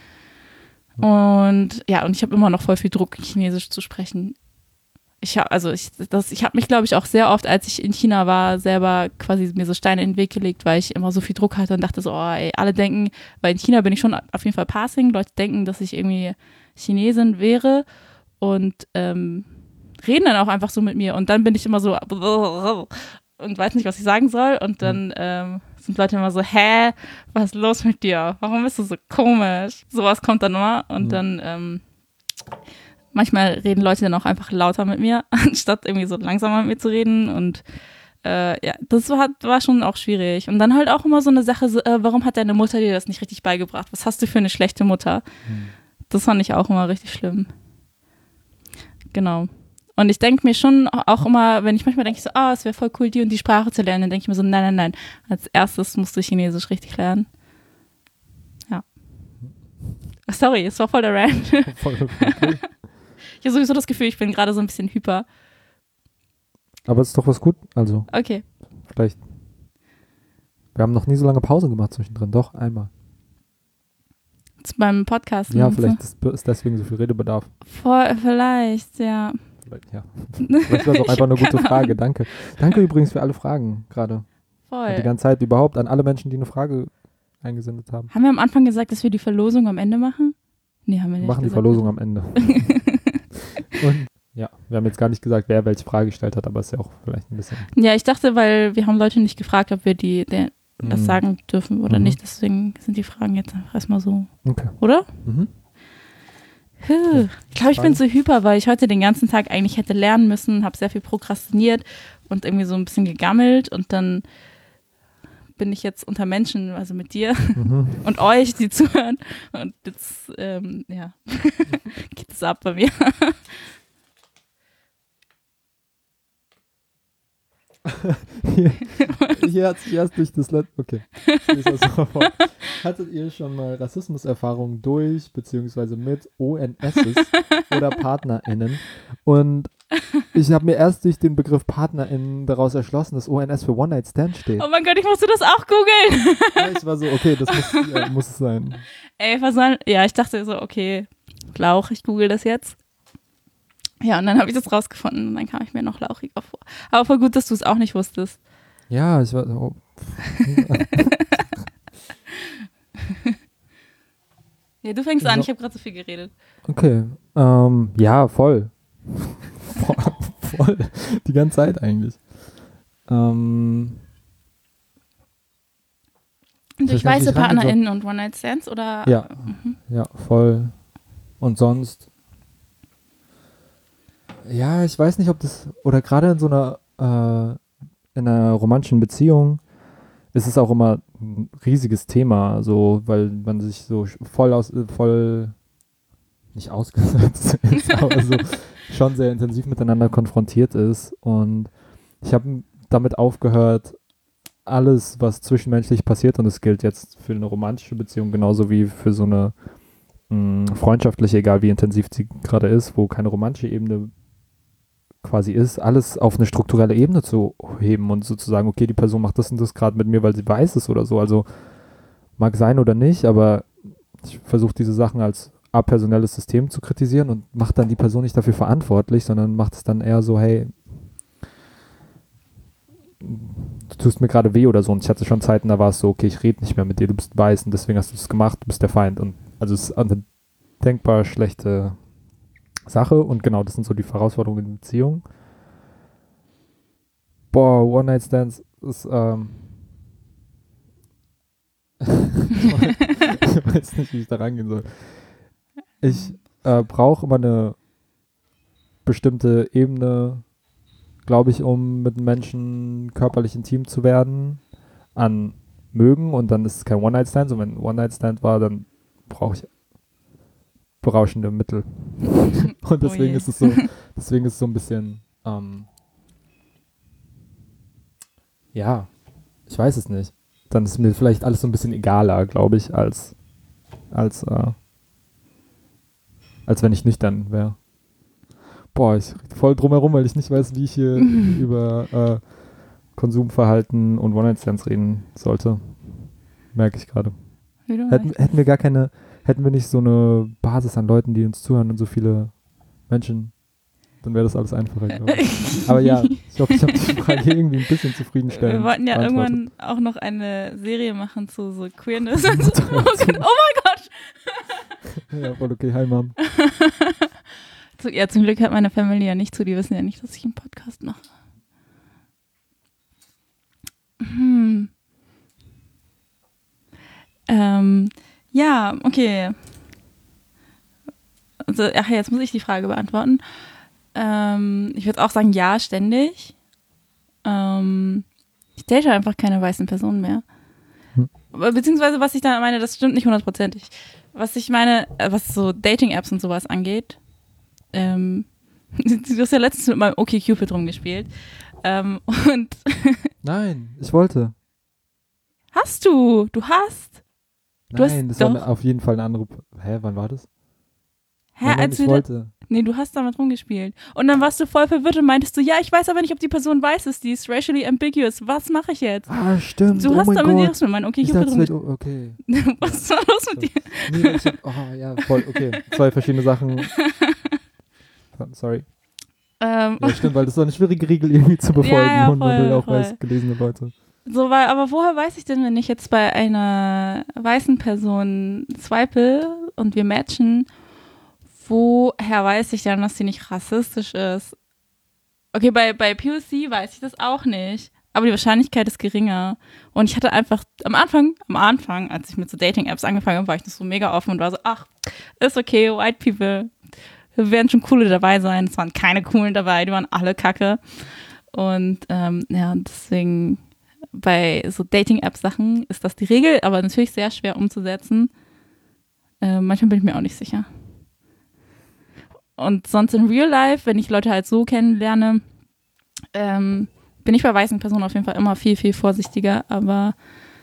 Und ja, und ich habe immer noch voll viel Druck, Chinesisch zu sprechen. Ich habe mich, glaube ich, auch sehr oft, als ich in China war, selber quasi mir so Steine in den Weg gelegt, weil ich immer so viel Druck hatte und dachte so, oh, ey, alle denken, weil in China bin ich schon auf jeden Fall Passing, Leute denken, dass ich irgendwie Chinesin wäre und reden dann auch einfach so mit mir und dann bin ich immer so und weiß nicht, was ich sagen soll und dann sind Leute immer so, hä, was ist los mit dir? Warum bist du so komisch? Sowas kommt dann immer und dann manchmal reden Leute dann auch einfach lauter mit mir, anstatt irgendwie so langsamer mit mir zu reden. Und ja, das war schon auch schwierig. Und dann halt auch immer so eine Sache, so, warum hat deine Mutter dir das nicht richtig beigebracht? Was hast du für eine schlechte Mutter? Das fand ich auch immer richtig schlimm. Genau. Und ich denke mir schon auch immer, wenn ich manchmal denke, so, es wäre voll cool, die und die Sprache zu lernen, dann denke ich mir so, nein. Als erstes musst du Chinesisch richtig lernen. Ja. Sorry, es war voll der Rant. Voll okay. Ich habe sowieso das Gefühl, ich bin gerade so ein bisschen hyper. Aber es ist doch was gut, also. Okay. Vielleicht. Wir haben noch nie so lange Pause gemacht zwischendrin, doch, einmal. Beim Podcast. Ja, vielleicht ist deswegen so viel Redebedarf. Vielleicht, ja. Vielleicht war es auch einfach eine gute Frage, danke. Danke übrigens für alle Fragen gerade. Voll. Und die ganze Zeit überhaupt an alle Menschen, die eine Frage eingesendet haben. Haben wir am Anfang gesagt, dass wir die Verlosung am Ende machen? Nee, haben wir nicht. Wir machen die Verlosung am Ende. Und ja, wir haben jetzt gar nicht gesagt, wer welche Frage gestellt hat, aber es ist ja auch vielleicht ein bisschen. Ja, ich dachte, weil wir haben Leute nicht gefragt, ob wir das sagen dürfen oder nicht, deswegen sind die Fragen jetzt einfach erstmal so. Okay. Oder? Ich glaube, ich bin so hyper, weil ich heute den ganzen Tag eigentlich hätte lernen müssen, habe sehr viel prokrastiniert und irgendwie so ein bisschen gegammelt und dann bin ich jetzt unter Menschen, also mit dir und euch, die zuhören. Und jetzt, geht es ab bei mir. Hier hat sich erst durch das letzte... Okay. Hattet ihr schon mal Rassismuserfahrungen durch, beziehungsweise mit ONSs oder PartnerInnen? Und ich habe mir erst durch den Begriff PartnerInnen daraus erschlossen, dass ONS für One Night Stand steht. Oh mein Gott, ich musste das auch googeln. Ja, ich war so, okay, das muss es sein. Ey, ich dachte so, okay, Lauch, ich google das jetzt. Ja, und dann habe ich das rausgefunden und dann kam ich mir noch lauchiger vor. Aber voll gut, dass du es auch nicht wusstest. Ja, ich war so. Ja, du fängst an, ich habe gerade so viel geredet. Okay, ja, voll. voll. Die ganze Zeit eigentlich. Durch weiße PartnerInnen und One-Night-Stands oder? Ja, ja, voll. Und sonst, ja, ich weiß nicht, ob das, oder gerade in so in einer romantischen Beziehung ist es auch immer ein riesiges Thema, so, weil man sich so voll nicht ausgesetzt ist, aber so schon sehr intensiv miteinander konfrontiert ist. Und ich habe damit aufgehört, alles, was zwischenmenschlich passiert, und es gilt jetzt für eine romantische Beziehung genauso wie für so eine freundschaftliche, egal wie intensiv sie gerade ist, wo keine romantische Ebene quasi ist, alles auf eine strukturelle Ebene zu heben und sozusagen, okay, die Person macht das und das gerade mit mir, weil sie weiß es oder so. Also mag sein oder nicht, aber ich versuche diese Sachen als apersonelles System zu kritisieren und macht dann die Person nicht dafür verantwortlich, sondern macht es dann eher so, hey, du tust mir gerade weh oder so. Und ich hatte schon Zeiten, da war es so, okay, ich rede nicht mehr mit dir, du bist weiß und deswegen hast du es gemacht, du bist der Feind. Und also es ist eine denkbar schlechte Sache und genau, das sind so die Herausforderungen in Beziehungen. Boah, One-Night-Stands ist, ich weiß nicht, wie ich da rangehen soll. Ich brauche immer eine bestimmte Ebene, glaube ich, um mit einem Menschen körperlich intim zu werden, an mögen, und dann ist es kein One-Night-Stand. Und wenn ein One-Night-Stand war, dann brauche ich berauschende Mittel. Und deswegen ist es so ein bisschen, ja, ich weiß es nicht. Dann ist mir vielleicht alles so ein bisschen egaler, glaube ich, als wenn ich nüchtern wäre. Boah, ich rede voll drumherum, weil ich nicht weiß, wie ich hier über Konsumverhalten und One-Night-Stands reden sollte. Merke ich gerade. Hätten wir nicht so eine Basis an Leuten, die uns zuhören und so viele Menschen, dann wäre das alles einfacher, glaube ich. Aber ja, ich hoffe, ich habe die Frage irgendwie ein bisschen zufriedenstellend. Wir wollten ja irgendwann auch noch eine Serie machen zu so Queerness und so. Oh mein Gott! Ja, voll okay. Hi, Mom. Ja, zum Glück hört meine Familie ja nicht zu. Die wissen ja nicht, dass ich einen Podcast mache. Ja, okay. Also, ach, jetzt muss ich die Frage beantworten. Ich würde auch sagen, ja, ständig. Ich date einfach keine weißen Personen mehr. Beziehungsweise, was ich da meine, das stimmt nicht 100%. Was ich meine, was so Dating-Apps und sowas angeht, du hast ja letztens mit meinem OkCupid rumgespielt. Und Nein, ich wollte. Hast du? Du hast? Nein, das war auf jeden Fall eine andere. Hä, wann war das? Hä, ich wollte. Nee, du hast damit rumgespielt. Und dann warst du voll verwirrt und meintest du, ja, ich weiß aber nicht, ob die Person weiß ist, die ist racially ambiguous. Was mache ich jetzt? Ah, stimmt. Du hast damit nicht mit meinem OkCupid rumgespielt. Okay. Was war los mit dir? Nee, ja, voll, okay. 2 verschiedene Sachen. Sorry. Ja, stimmt, weil das ist so eine schwierige Regel irgendwie zu befolgen, ja, und man will auch weiß gelesene Leute. So, aber woher weiß ich denn, wenn ich jetzt bei einer weißen Person swipe und wir matchen, woher weiß ich dann, dass sie nicht rassistisch ist? Okay, bei POC weiß ich das auch nicht, aber die Wahrscheinlichkeit ist geringer. Und ich hatte einfach am Anfang, als ich mit so Dating-Apps angefangen habe, war ich noch so mega offen und war so, ach, ist okay, white people, wir werden schon coole dabei sein. Es waren keine coolen dabei, die waren alle kacke. Und ja, deswegen bei so Dating-App-Sachen ist das die Regel, aber natürlich sehr schwer umzusetzen. Manchmal bin ich mir auch nicht sicher. Und sonst in Real Life, wenn ich Leute halt so kennenlerne, bin ich bei weißen Personen auf jeden Fall immer viel, viel vorsichtiger. Aber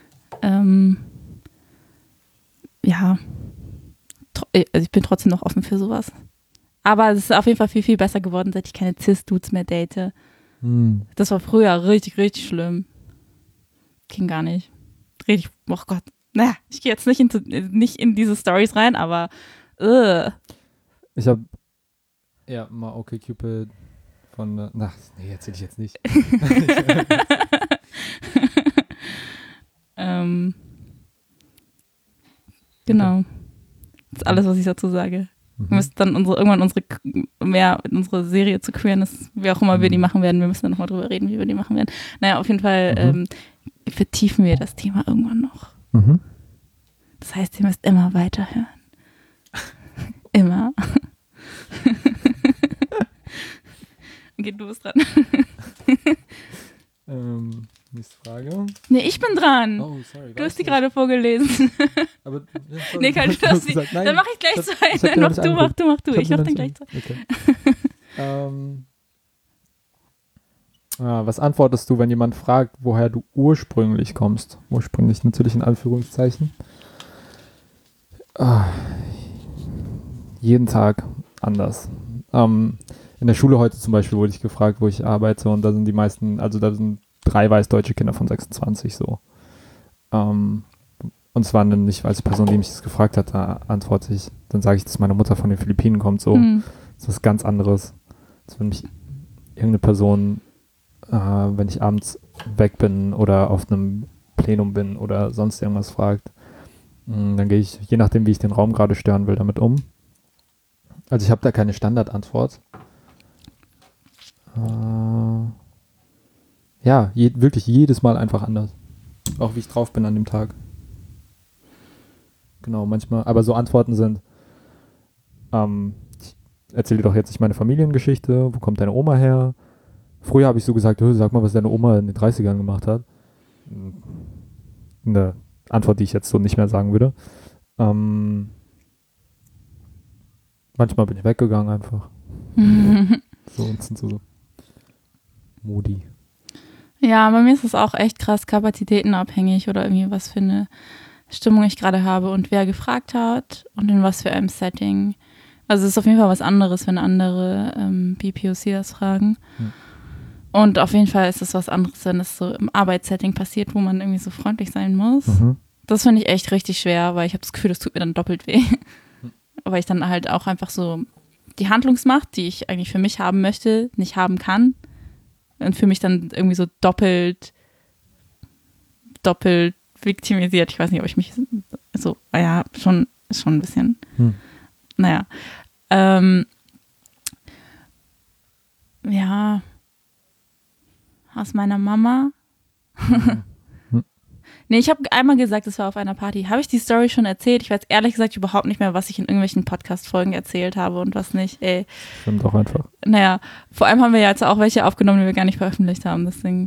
ja, also ich bin trotzdem noch offen für sowas. Aber es ist auf jeden Fall viel, viel besser geworden, seit ich keine Cis-Dudes mehr date. Das war früher richtig, richtig schlimm. Ging gar nicht. Richtig, oh Gott. Naja, ich gehe jetzt nicht in diese Stories rein, aber Ich habe ja mal OkCupid von, nee, erzähle ich jetzt nicht. Genau. Das ist alles, was ich dazu sage. Wir müssen dann irgendwann unsere Serie zu Queerness, wie auch immer wir die machen werden, wir müssen dann nochmal drüber reden, wie wir die machen werden. Naja, auf jeden Fall vertiefen wir das Thema irgendwann noch. Das heißt, ihr müsst immer weiterhören. Immer. Okay, du bist dran. Nächste Frage. Nee, ich bin dran. Oh, sorry. Du hast die gerade vorgelesen. Aber, nee, kann ich das nicht. Dann mach ich gleich zu Ende. Mach du. Ich mach den gleich zu Ende. Okay. Was antwortest du, wenn jemand fragt, woher du ursprünglich kommst? Ursprünglich natürlich in Anführungszeichen. Jeden Tag anders. In der Schule heute zum Beispiel wurde ich gefragt, wo ich arbeite, und da sind die meisten, also da sind 3 weißdeutsche Kinder von 26 so. Und zwar nicht als Person, die mich das gefragt hat, da antworte ich, dann sage ich, dass meine Mutter von den Philippinen kommt, so. Das ist was ganz anderes, als wenn mich irgendeine Person, wenn ich abends weg bin oder auf einem Plenum bin oder sonst irgendwas fragt, dann gehe ich, je nachdem, wie ich den Raum gerade stören will, damit um. Also ich habe da keine Standardantwort. Ja, wirklich jedes Mal einfach anders. Auch wie ich drauf bin an dem Tag. Genau, manchmal. Aber so Antworten sind, ich erzähle dir doch jetzt nicht meine Familiengeschichte, wo kommt deine Oma her? Früher habe ich so gesagt, sag mal, was deine Oma in den 30ern gemacht hat. Eine Antwort, die ich jetzt so nicht mehr sagen würde. Manchmal bin ich weggegangen einfach. So und sind so Modi. Ja, bei mir ist es auch echt krass kapazitätenabhängig oder irgendwie was für eine Stimmung ich gerade habe und wer gefragt hat und in was für einem Setting. Also es ist auf jeden Fall was anderes, wenn andere BPOC das fragen. Und auf jeden Fall ist es was anderes, wenn es so im Arbeitssetting passiert, wo man irgendwie so freundlich sein muss. Das finde ich echt richtig schwer, weil ich habe das Gefühl, das tut mir dann doppelt weh. Weil ich dann halt auch einfach so die Handlungsmacht, die ich eigentlich für mich haben möchte, nicht haben kann. Und für mich dann irgendwie so doppelt viktimisiert. Ich weiß nicht, ob ich mich so, ja, schon ein bisschen. Naja. Ja. Aus meiner Mama. Nee, ich habe einmal gesagt, es war auf einer Party. Habe ich die Story schon erzählt? Ich weiß ehrlich gesagt überhaupt nicht mehr, was ich in irgendwelchen Podcast-Folgen erzählt habe und was nicht. Ey. Stimmt auch einfach. Naja, vor allem haben wir ja jetzt auch welche aufgenommen, die wir gar nicht veröffentlicht haben. Deswegen.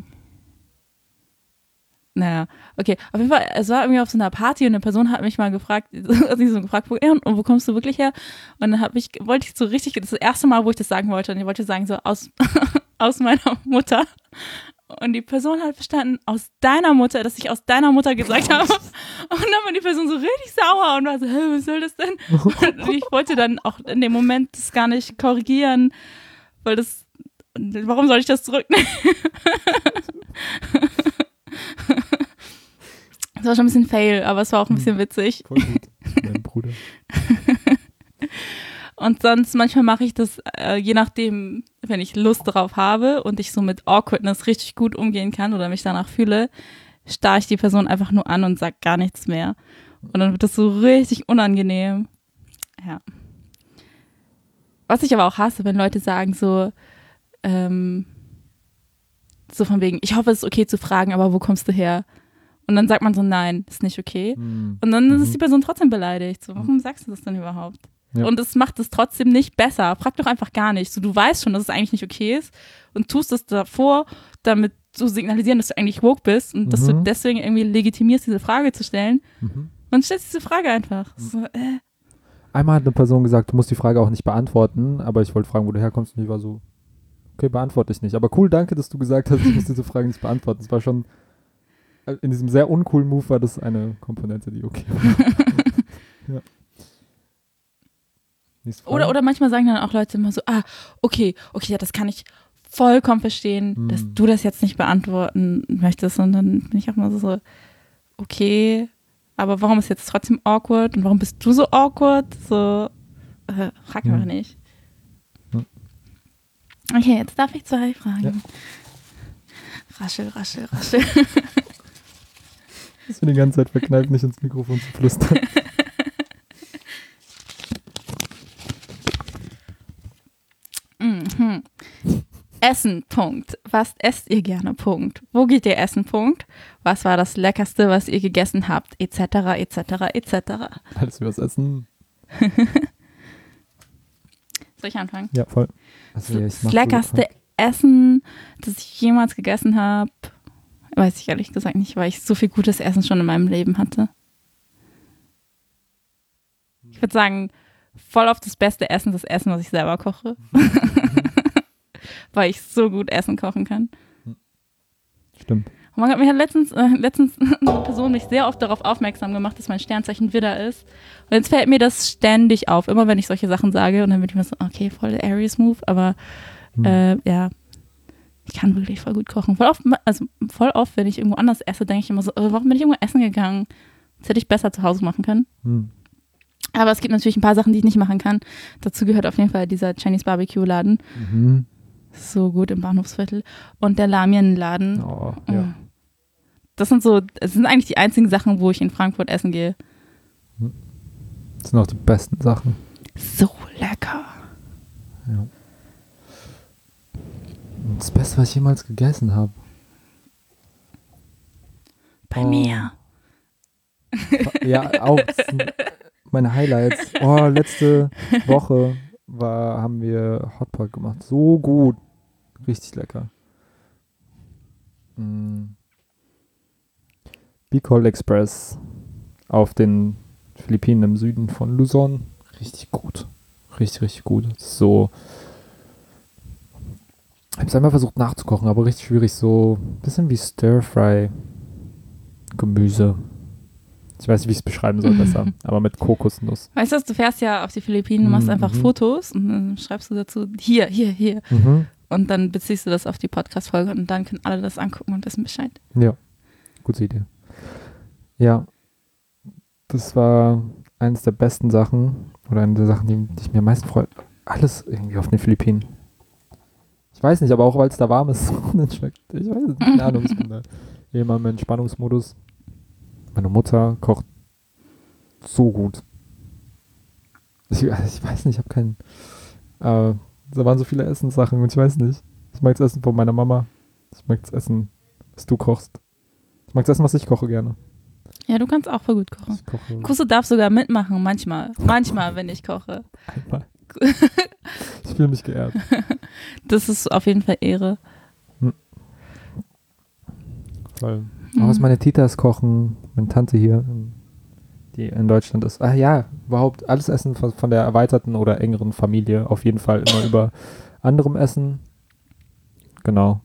Naja, okay. Auf jeden Fall, es war irgendwie auf so einer Party und eine Person hat mich mal gefragt, wo kommst du wirklich her? Und dann wollte ich so richtig, das ist das erste Mal, wo ich das sagen wollte. Und ich wollte sagen, so aus meiner Mutter. Und die Person hat verstanden, aus deiner Mutter, dass ich aus deiner Mutter gesagt habe. Und dann war die Person so richtig sauer und war so, was soll das denn? Und ich wollte dann auch in dem Moment das gar nicht korrigieren, weil warum soll ich das zurücknehmen? Das war schon ein bisschen fail, aber es war auch ein bisschen witzig. Voll gut, mein Bruder. Und sonst manchmal mache ich das, je nachdem, wenn ich Lust drauf habe und ich so mit Awkwardness richtig gut umgehen kann oder mich danach fühle, starre ich die Person einfach nur an und sage gar nichts mehr. Und dann wird das so richtig unangenehm. Ja. Was ich aber auch hasse, wenn Leute sagen so von wegen, ich hoffe, es ist okay zu fragen, aber wo kommst du her? Und dann sagt man so, nein, ist nicht okay. Und dann ist die Person trotzdem beleidigt. So, warum sagst du das denn überhaupt? Ja. Und es macht es trotzdem nicht besser. Frag doch einfach gar nicht. So, du weißt schon, dass es eigentlich nicht okay ist und tust es davor, damit zu signalisieren, dass du eigentlich woke bist und dass du deswegen irgendwie legitimierst, diese Frage zu stellen. Und stellst diese Frage einfach. So, Einmal hat eine Person gesagt, du musst die Frage auch nicht beantworten, aber ich wollte fragen, wo du herkommst, und ich war so, okay, beantworte ich nicht. Aber cool, danke, dass du gesagt hast, ich muss diese Frage nicht beantworten. Das war schon, in diesem sehr uncoolen Move war das eine Komponente, die okay war. Ja. Oder manchmal sagen dann auch Leute immer so, okay, ja, das kann ich vollkommen verstehen, dass du das jetzt nicht beantworten möchtest. Und dann bin ich auch mal so, okay, aber warum ist jetzt trotzdem awkward und warum bist du so awkward? So, frag einfach nicht. Okay, jetzt darf ich 2 fragen. Ja. Raschel. Das mir die ganze Zeit verkneift, nicht ins Mikrofon zu flüstern. Essen, Punkt. Was esst ihr gerne, Punkt. Wo geht ihr essen, Punkt. Was war das Leckerste, was ihr gegessen habt, etc., etc., etc. Alles übers Essen. Soll ich anfangen? Ja, voll. Also, ja, das leckerste Essen, das ich jemals gegessen habe, weiß ich ehrlich gesagt nicht, weil ich so viel gutes Essen schon in meinem Leben hatte. Ich würde sagen, voll auf das beste Essen, das Essen, was ich selber koche. Weil ich so gut Essen kochen kann. Stimmt. Und man hat mir letztens eine Person mich sehr oft darauf aufmerksam gemacht, dass mein Sternzeichen Widder ist. Und jetzt fällt mir das ständig auf, immer wenn ich solche Sachen sage. Und dann bin ich mir so, okay, voll der Aries-Move. Aber ja, ich kann wirklich voll gut kochen. Voll oft, wenn ich irgendwo anders esse, denke ich immer so, warum bin ich irgendwo essen gegangen? Das hätte ich besser zu Hause machen können. Aber es gibt natürlich ein paar Sachen, die ich nicht machen kann. Dazu gehört auf jeden Fall dieser Chinese Barbecue-Laden. So gut im Bahnhofsviertel. Und der Lamien-Laden. Oh, ja. Das sind eigentlich die einzigen Sachen, wo ich in Frankfurt essen gehe. Das sind auch die besten Sachen. So lecker. Ja. Und das Beste, was ich jemals gegessen habe. Bei mir. Ja, auch. Das sind meine Highlights. Oh, letzte Woche haben wir Hotpot gemacht. So gut. Richtig lecker. Bicol Express auf den Philippinen im Süden von Luzon. Richtig gut. Richtig, richtig gut. So. Ich habe es einmal versucht nachzukochen, aber richtig schwierig. So ein bisschen wie Stir-Fry-Gemüse. Ich weiß nicht, wie ich es beschreiben soll besser, aber mit Kokosnuss. Weißt du, du fährst ja auf die Philippinen, machst einfach Fotos und dann schreibst du dazu, hier. Und dann beziehst du das auf die Podcast-Folge und dann können alle das angucken und wissen Bescheid. Ja, gute Idee. Ja, das war eines der besten Sachen oder eine der Sachen, die ich mir am meisten freue. Alles irgendwie auf den Philippinen. Ich weiß nicht, aber auch weil es da warm ist und dann schmeckt, ich weiß nicht, keine Ahnung, ich bin da immer im Entspannungsmodus. Meine Mutter kocht so gut. Ich weiß nicht, ich habe keinen. Da waren so viele Essenssachen und ich weiß nicht. Ich mag das Essen von meiner Mama. Ich mag das Essen, was du kochst. Ich mag das Essen, was ich koche gerne. Ja, du kannst auch voll gut kochen. Kusso darf sogar mitmachen, manchmal. Manchmal, wenn ich koche. Einmal. Ich fühle mich geehrt. Das ist auf jeden Fall Ehre. Voll. Auch was meine Titas kochen, meine Tante hier, die in Deutschland ist. Ah ja, überhaupt alles Essen von der erweiterten oder engeren Familie. Auf jeden Fall immer über anderem Essen. Genau.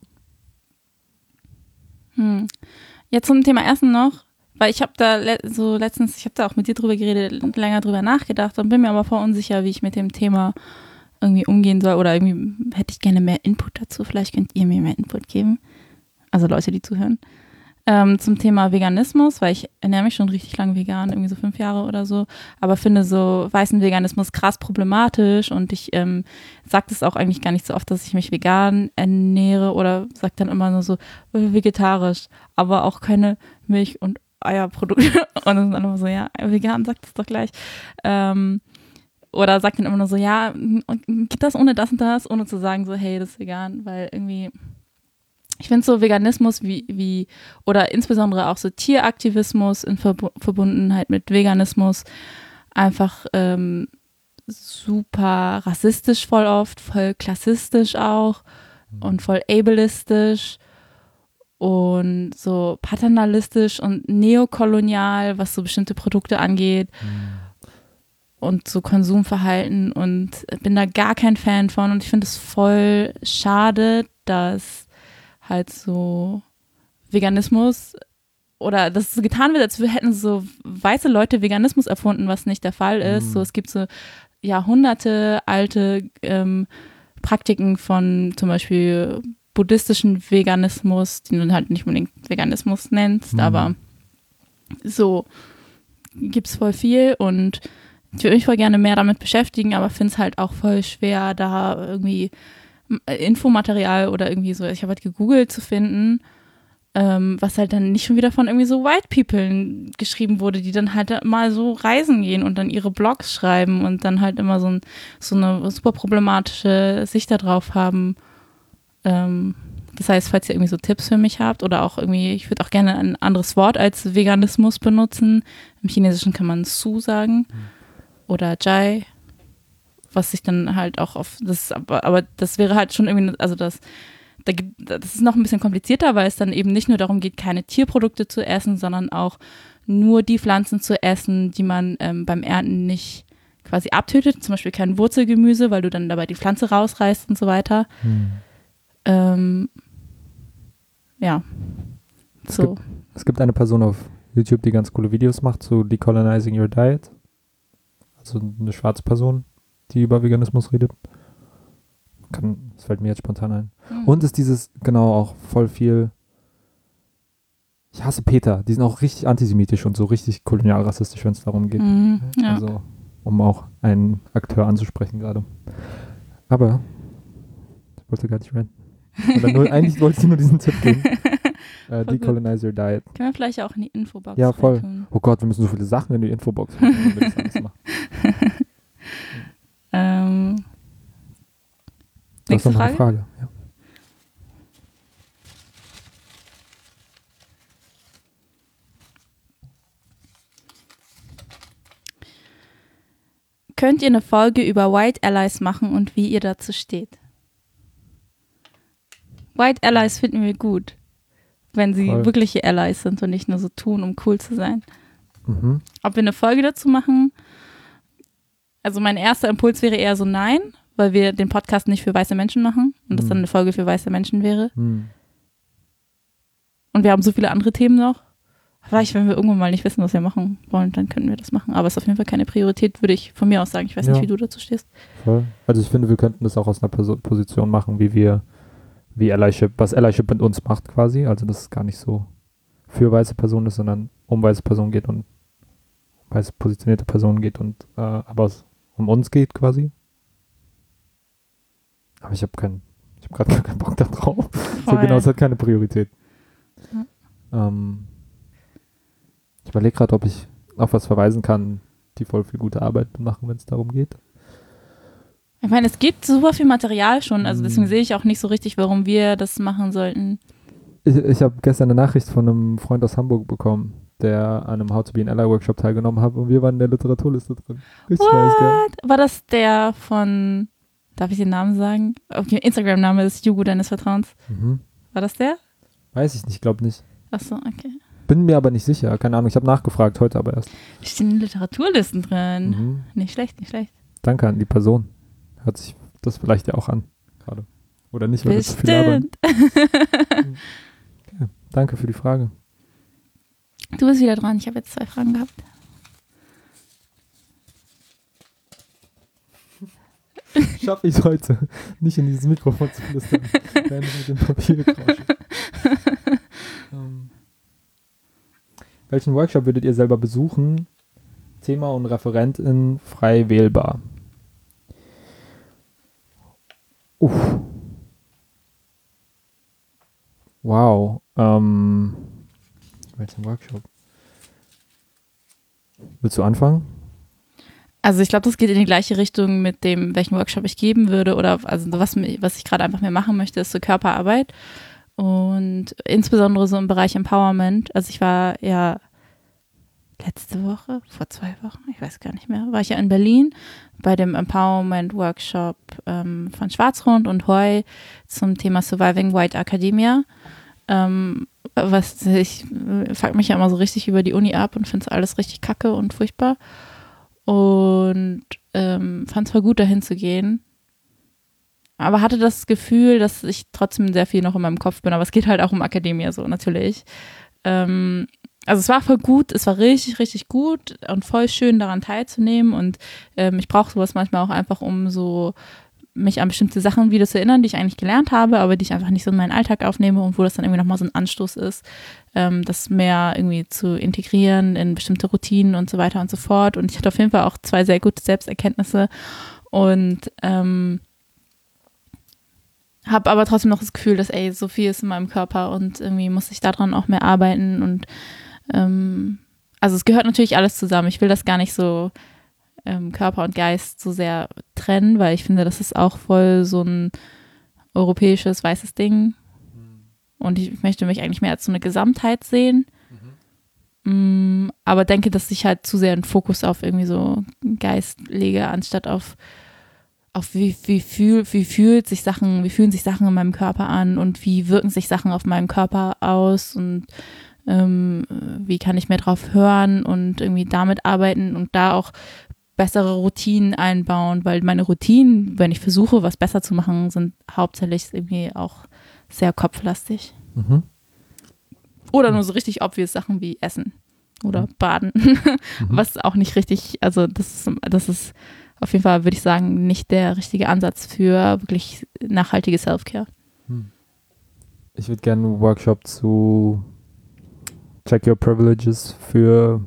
Jetzt zum Thema Essen noch, weil ich habe da letztens, ich habe da auch mit dir drüber geredet und länger drüber nachgedacht und bin mir aber voll unsicher, wie ich mit dem Thema irgendwie umgehen soll oder irgendwie hätte ich gerne mehr Input dazu. Vielleicht könnt ihr mir mehr Input geben. Also Leute, die zuhören. Zum Thema Veganismus, weil ich ernähre mich schon richtig lange vegan, irgendwie so 5 Jahre oder so, aber finde so weißen Veganismus krass problematisch und ich sage das auch eigentlich gar nicht so oft, dass ich mich vegan ernähre oder sage dann immer nur so vegetarisch, aber auch keine Milch- und Eierprodukte und dann immer so, ja, vegan, sagt das doch gleich. Oder sagt dann immer nur so, ja, geht das ohne das und das, ohne zu sagen so, hey, das ist vegan, weil irgendwie ich finde so Veganismus wie oder insbesondere auch so Tieraktivismus in Verbundenheit mit Veganismus einfach super rassistisch voll oft, voll klassistisch auch und voll ableistisch und so paternalistisch und neokolonial, was so bestimmte Produkte angeht und so Konsumverhalten und bin da gar kein Fan von und ich finde es voll schade, dass halt so Veganismus oder dass so getan wird, als hätten so weiße Leute Veganismus erfunden, was nicht der Fall ist. So, es gibt so Jahrhunderte alte Praktiken von zum Beispiel buddhistischen Veganismus, den du halt nicht unbedingt Veganismus nennst, aber so gibt's voll viel und ich würde mich voll gerne mehr damit beschäftigen, aber finde es halt auch voll schwer, da irgendwie Infomaterial oder irgendwie so, ich habe halt gegoogelt zu finden was halt dann nicht schon wieder von irgendwie so White People geschrieben wurde, die dann halt mal so reisen gehen und dann ihre Blogs schreiben und dann halt immer so eine super problematische Sicht da drauf haben. Das heißt, falls ihr irgendwie so Tipps für mich habt oder auch irgendwie, ich würde auch gerne ein anderes Wort als Veganismus benutzen. Im Chinesischen kann man Su sagen oder Jai, was sich dann halt auch auf das, aber das wäre halt schon irgendwie, also das ist noch ein bisschen komplizierter, weil es dann eben nicht nur darum geht, keine Tierprodukte zu essen, sondern auch nur die Pflanzen zu essen, die man beim Ernten nicht quasi abtötet, zum Beispiel kein Wurzelgemüse, weil du dann dabei die Pflanze rausreißt und so weiter. Ja. So. Es gibt eine Person auf YouTube, die ganz coole Videos macht zu Decolonizing Your Diet. Also eine schwarze Person, die über Veganismus redet. Das fällt mir jetzt spontan ein. Und ist dieses, genau, auch voll viel. Ich hasse Peter. Die sind auch richtig antisemitisch und so richtig kolonialrassistisch, wenn es darum geht. Ja. Also, um auch einen Akteur anzusprechen gerade. Aber ich wollte gar nicht ranten. Eigentlich wollte ich nur diesen Tipp geben. Decolonize Your Diet. Können wir vielleicht auch in die Infobox Ja, voll. reintun. Oh Gott, wir müssen so viele Sachen in die Infobox machen, wenn wir das alles machen. Nächste Frage? Frage? Ja. Könnt ihr eine Folge über White Allies machen und wie ihr dazu steht? White Allies finden wir gut, wenn sie wirkliche Allies sind und nicht nur so tun, um cool zu sein. Ob wir eine Folge dazu machen? Also mein erster Impuls wäre eher so nein, weil wir den Podcast nicht für weiße Menschen machen und das dann eine Folge für weiße Menschen wäre. Und wir haben so viele andere Themen noch. Vielleicht, wenn wir irgendwann mal nicht wissen, was wir machen wollen, dann könnten wir das machen. Aber es ist auf jeden Fall keine Priorität, würde ich von mir aus sagen. Ich weiß nicht, wie du dazu stehst. Voll. Also ich finde, wir könnten das auch aus einer Position machen, wie Allyship, was Allyship mit uns macht quasi. Also dass es gar nicht so für weiße Personen ist, sondern um weiße Personen geht und um weiße positionierte Personen geht und aber es um uns geht quasi. Aber ich habe gerade gar keinen Bock da drauf. So genau, es hat keine Priorität. Ja. Ich überlege gerade, ob ich auf was verweisen kann, die voll viel gute Arbeit machen, wenn es darum geht. Ich meine, es gibt super viel Material schon, also deswegen sehe ich auch nicht so richtig, warum wir das machen sollten. Ich habe gestern eine Nachricht von einem Freund aus Hamburg bekommen, der an einem How to be an Ally Workshop teilgenommen hat und wir waren in der Literaturliste drin. Richtig nice, gell? War das der von, darf ich den Namen sagen? Okay, Instagram-Name ist Jugo deines Vertrauens. War das der? Weiß ich nicht, glaube nicht. Achso, okay. Bin mir aber nicht sicher, keine Ahnung, ich habe nachgefragt, heute aber erst. Stehen Literaturlisten drin. Nicht schlecht, nicht schlecht. Danke an die Person. Hört sich das vielleicht ja auch an, gerade. Oder nicht, weil wir zu viel labern. Okay, danke für die Frage. Du bist wieder dran, ich habe jetzt 2 Fragen gehabt. Schaffe ich es heute, nicht in dieses Mikrofon zu flüstern, während ich mit dem Papier krausche. Welchen Workshop würdet ihr selber besuchen? Thema und Referentin frei wählbar. Wow. Welchen Workshop? Willst du anfangen? Also ich glaube, das geht in die gleiche Richtung mit dem, welchen Workshop ich geben würde oder also was ich gerade einfach mehr machen möchte, ist so Körperarbeit und insbesondere so im Bereich Empowerment. Also ich war ja letzte Woche, vor 2 Wochen, ich weiß gar nicht mehr, war ich ja in Berlin bei dem Empowerment Workshop von Schwarzrund und Heu zum Thema Surviving White Academia. Ich fuck mich ja immer so richtig über die Uni ab und finde es alles richtig kacke und furchtbar. Und fand es voll gut, dahin zu gehen. Aber hatte das Gefühl, dass ich trotzdem sehr viel noch in meinem Kopf bin. Aber es geht halt auch um Akademie so, natürlich. Also es war voll gut, es war richtig, richtig gut und voll schön, daran teilzunehmen. Und ich brauche sowas manchmal auch einfach, um so mich an bestimmte Sachen wieder zu erinnern, die ich eigentlich gelernt habe, aber die ich einfach nicht so in meinen Alltag aufnehme und wo das dann irgendwie nochmal so ein Anstoß ist, das mehr irgendwie zu integrieren in bestimmte Routinen und so weiter und so fort. Und ich hatte auf jeden Fall auch 2 sehr gute Selbsterkenntnisse und habe aber trotzdem noch das Gefühl, dass so viel ist in meinem Körper und irgendwie muss ich daran auch mehr arbeiten und also es gehört natürlich alles zusammen. Ich will das gar nicht so Körper und Geist so sehr trennen, weil ich finde, das ist auch voll so ein europäisches, weißes Ding und ich möchte mich eigentlich mehr als so eine Gesamtheit sehen. Aber denke, dass ich halt zu sehr einen Fokus auf irgendwie so Geist lege, anstatt auf wie fühlen sich Sachen in meinem Körper an und wie wirken sich Sachen auf meinem Körper aus und wie kann ich mehr drauf hören und irgendwie damit arbeiten und da auch bessere Routinen einbauen, weil meine Routinen, wenn ich versuche, was besser zu machen, sind hauptsächlich irgendwie auch sehr kopflastig. Oder nur so richtig obvious Sachen wie Essen oder Baden, was auch nicht richtig, also das ist auf jeden Fall, würde ich sagen, nicht der richtige Ansatz für wirklich nachhaltige Self-Care. Ich würde gerne einen Workshop zu Check Your Privileges für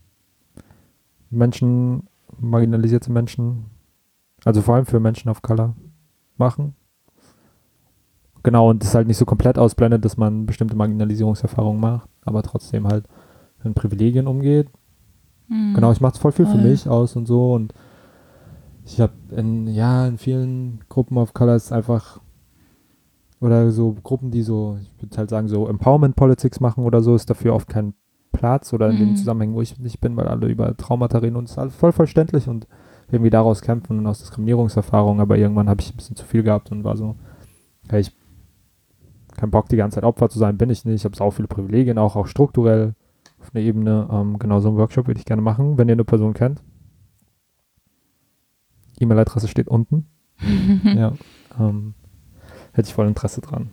Menschen, marginalisierte Menschen, also vor allem für Menschen of Color machen. Genau, und das halt nicht so komplett ausblendet, dass man bestimmte Marginalisierungserfahrungen macht, aber trotzdem halt mit Privilegien umgeht. Genau, ich mache es voll viel für mich aus und so und ich habe in vielen Gruppen of Color ist einfach oder so Gruppen, die so, ich würde halt sagen, so Empowerment Politics machen oder so, ist dafür oft kein Platz oder in den Zusammenhängen, wo ich nicht bin, weil alle über Traumata reden und es ist alles voll verständlich und irgendwie daraus kämpfen und aus Diskriminierungserfahrungen, aber irgendwann habe ich ein bisschen zu viel gehabt und war so, hey, ich keinen Bock, die ganze Zeit Opfer zu sein, bin ich nicht. Ich habe auch viele Privilegien, auch strukturell auf einer Ebene. Genau so einen Workshop würde ich gerne machen, wenn ihr eine Person kennt. E-Mail-Adresse steht unten. Ja, hätte ich voll Interesse dran.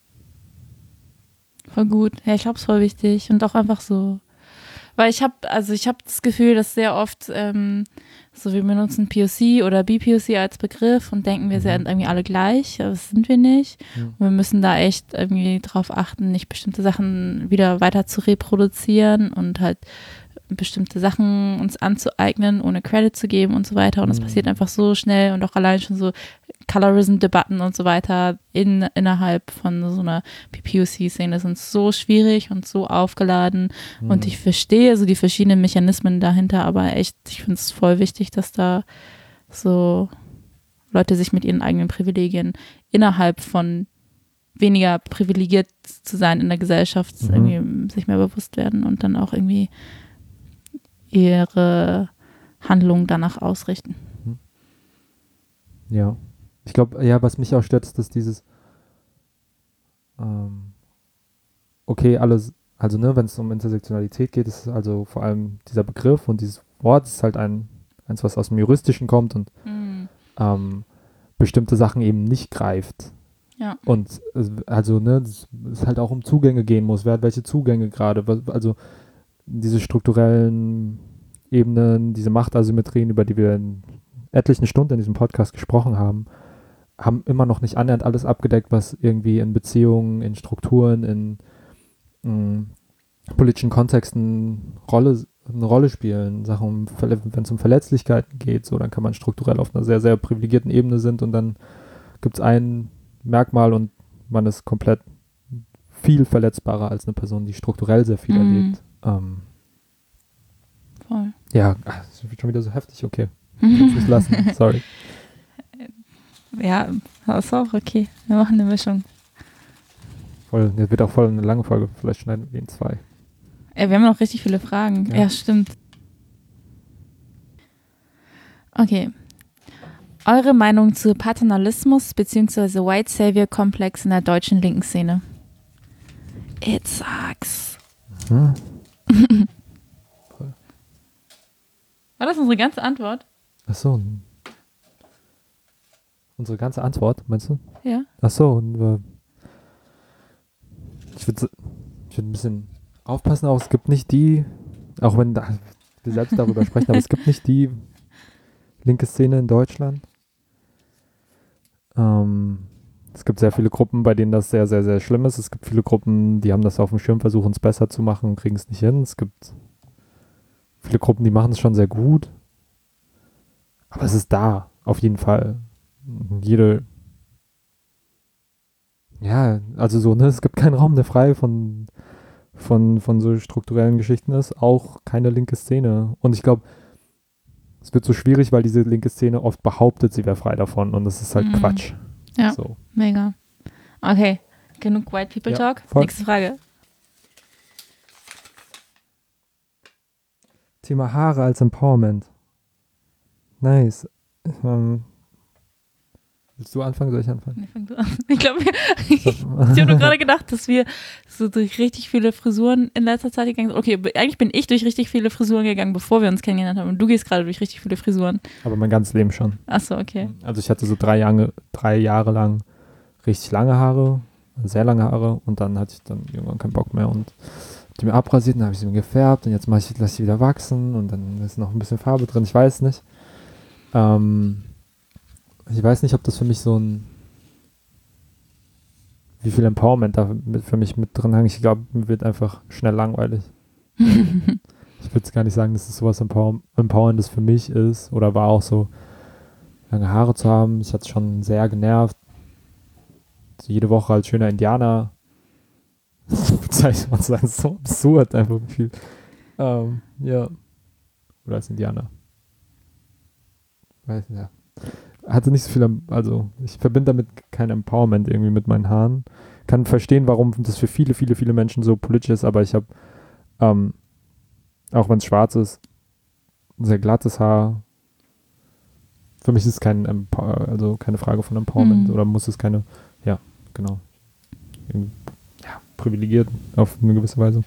Voll gut. Ja, ich glaube, es ist voll wichtig und auch einfach so, weil ich habe das Gefühl, dass sehr oft so wir benutzen POC oder BPOC als Begriff und denken, wir sind irgendwie alle gleich, aber das sind wir nicht. Und wir müssen da echt irgendwie drauf achten, nicht bestimmte Sachen wieder weiter zu reproduzieren und halt bestimmte Sachen uns anzueignen, ohne Credit zu geben und so weiter. Und das passiert einfach so schnell und auch allein schon so Colorism-Debatten und so weiter innerhalb von so einer PPOC-Szene sind so schwierig und so aufgeladen. Und ich verstehe so die verschiedenen Mechanismen dahinter, aber echt, ich finde es voll wichtig, dass da so Leute sich mit ihren eigenen Privilegien innerhalb von weniger privilegiert zu sein in der Gesellschaft irgendwie sich mehr bewusst werden und dann auch irgendwie ihre Handlungen danach ausrichten. Ja. Ich glaube, ja, was mich auch stört, ist, dass dieses okay, alles, also ne, wenn es um Intersektionalität geht, ist also vor allem dieser Begriff und dieses Wort ist halt eins, was aus dem Juristischen kommt und bestimmte Sachen eben nicht greift. Ja. Und also, ne, es halt auch um Zugänge gehen muss. Wer hat welche Zugänge gerade? Also diese strukturellen Ebenen, diese Machtasymmetrien, über die wir in etlichen Stunden in diesem Podcast gesprochen haben, haben immer noch nicht annähernd alles abgedeckt, was irgendwie in Beziehungen, in Strukturen, in politischen Kontexten eine Rolle spielen. Sachen, wenn es um Verletzlichkeiten geht, so, dann kann man strukturell auf einer sehr, sehr privilegierten Ebene sind und dann gibt es ein Merkmal und man ist komplett viel verletzbarer als eine Person, die strukturell sehr viel erlebt. Voll. Ja, das wird schon wieder so heftig, okay. Ich kann es nicht lassen, sorry. Ja, das ist auch okay. Wir machen eine Mischung. Voll, das wird auch voll eine lange Folge, vielleicht schneiden wir in 2. Wir haben noch richtig viele Fragen. Ja, stimmt. Okay. Eure Meinung zu Paternalismus bzw. White Savior Komplex in der deutschen linken Szene? It sucks. War das unsere ganze Antwort? Achso. Unsere ganze Antwort, meinst du? Ja. Achso, ich würde ein bisschen aufpassen, auch es gibt nicht die, auch wenn wir selbst darüber sprechen, aber es gibt nicht die linke Szene in Deutschland. Es gibt sehr viele Gruppen, bei denen das sehr, sehr, sehr schlimm ist. Es gibt viele Gruppen, die haben das auf dem Schirm, versuchen es besser zu machen und kriegen es nicht hin. Es gibt viele Gruppen, die machen es schon sehr gut. Aber es ist da, auf jeden Fall. Jede Ja, also so, ne, es gibt keinen Raum, der frei von so strukturellen Geschichten ist, auch keine linke Szene. Und ich glaube, es wird so schwierig, weil diese linke Szene oft behauptet, sie wäre frei davon und das ist halt Quatsch. Ja, so. mega. Okay, genug White People Talk. Voll. Nächste Frage. Thema Haare als Empowerment. Nice. Willst du anfangen? Soll ich anfangen? Nee, fang du an. Ich glaube, ich habe nur gerade gedacht, dass wir so durch richtig viele Frisuren in letzter Zeit gegangen sind. Okay, eigentlich bin ich durch richtig viele Frisuren gegangen, bevor wir uns kennengelernt haben. Und du gehst gerade durch richtig viele Frisuren. Aber mein ganzes Leben schon. Achso, okay. Also ich hatte so 3 Jahre lang richtig lange Haare, sehr lange Haare und dann hatte ich dann irgendwann keinen Bock mehr und die mir abrasiert, dann habe ich sie mir gefärbt und jetzt lasse ich sie wieder wachsen und dann ist noch ein bisschen Farbe drin, ich weiß nicht. Ich weiß nicht, ob das für mich wie viel Empowerment da für mich mit drin hängt. Ich glaube, mir wird einfach schnell langweilig. Ich würde es gar nicht sagen, dass es sowas Empowerndes für mich ist oder war auch so, lange Haare zu haben. Ich hatte es schon sehr genervt. So jede Woche als schöner Indianer. Bezeichnet man sein, so absurd einfach wie viel. Ja. Oder als Indianer. Weiß nicht, ja. Hatte nicht so viel, also ich verbinde damit kein Empowerment irgendwie mit meinen Haaren. Kann verstehen, warum das für viele, viele, viele Menschen so politisch ist, aber ich habe, auch wenn es schwarz ist, ein sehr glattes Haar. Für mich ist es keine Frage von Empowerment oder muss es keine, ja, genau. Ja, privilegiert auf eine gewisse Weise.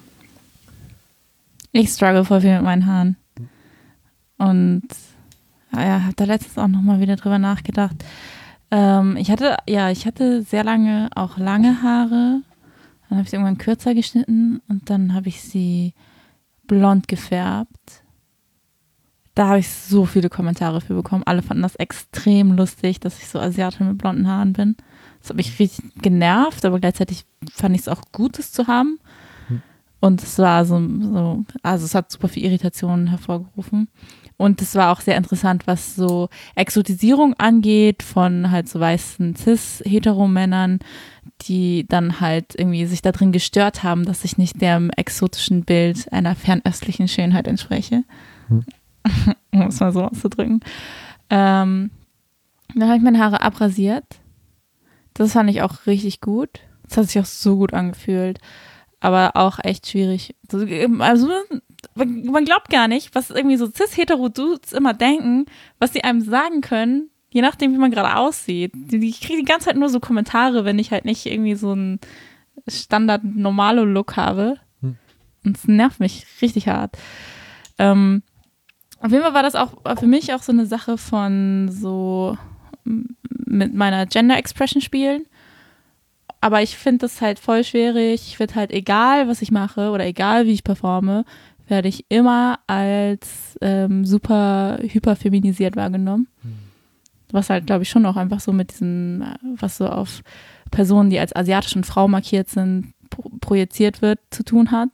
Ich struggle voll viel mit meinen Haaren. Und ja, habe da letztens auch nochmal wieder drüber nachgedacht. Ich hatte sehr lange auch lange Haare. Dann habe ich sie irgendwann kürzer geschnitten und dann habe ich sie blond gefärbt. Da habe ich so viele Kommentare für bekommen. Alle fanden das extrem lustig, dass ich so Asiatin mit blonden Haaren bin. Das hat mich richtig genervt, aber gleichzeitig fand ich es auch gut, das zu haben. Und es war also es hat super viel Irritationen hervorgerufen. Und es war auch sehr interessant, was so Exotisierung angeht von halt so weißen Cis-Heteromännern, die dann halt irgendwie sich da drin gestört haben, dass ich nicht dem exotischen Bild einer fernöstlichen Schönheit entspreche. Um es mal so auszudrücken. Dann habe ich meine Haare abrasiert. Das fand ich auch richtig gut. Das hat sich auch so gut angefühlt. Aber auch echt schwierig. Also man glaubt gar nicht, was irgendwie so Cis-Hetero-Dudes immer denken, was die einem sagen können, je nachdem, wie man gerade aussieht. Ich kriege die ganze Zeit nur so Kommentare, wenn ich halt nicht irgendwie so einen Standard-Normalo-Look habe. Und es nervt mich richtig hart. Auf jeden Fall war das auch für mich auch so eine Sache von so mit meiner Gender-Expression spielen. Aber ich finde das halt voll schwierig. Ich finde halt, egal was ich mache oder egal wie ich performe, werde ich immer als super hyperfeminisiert wahrgenommen. Was halt, glaube ich, schon auch einfach so mit diesem, was so auf Personen, die als asiatische Frau markiert sind, projiziert wird, zu tun hat.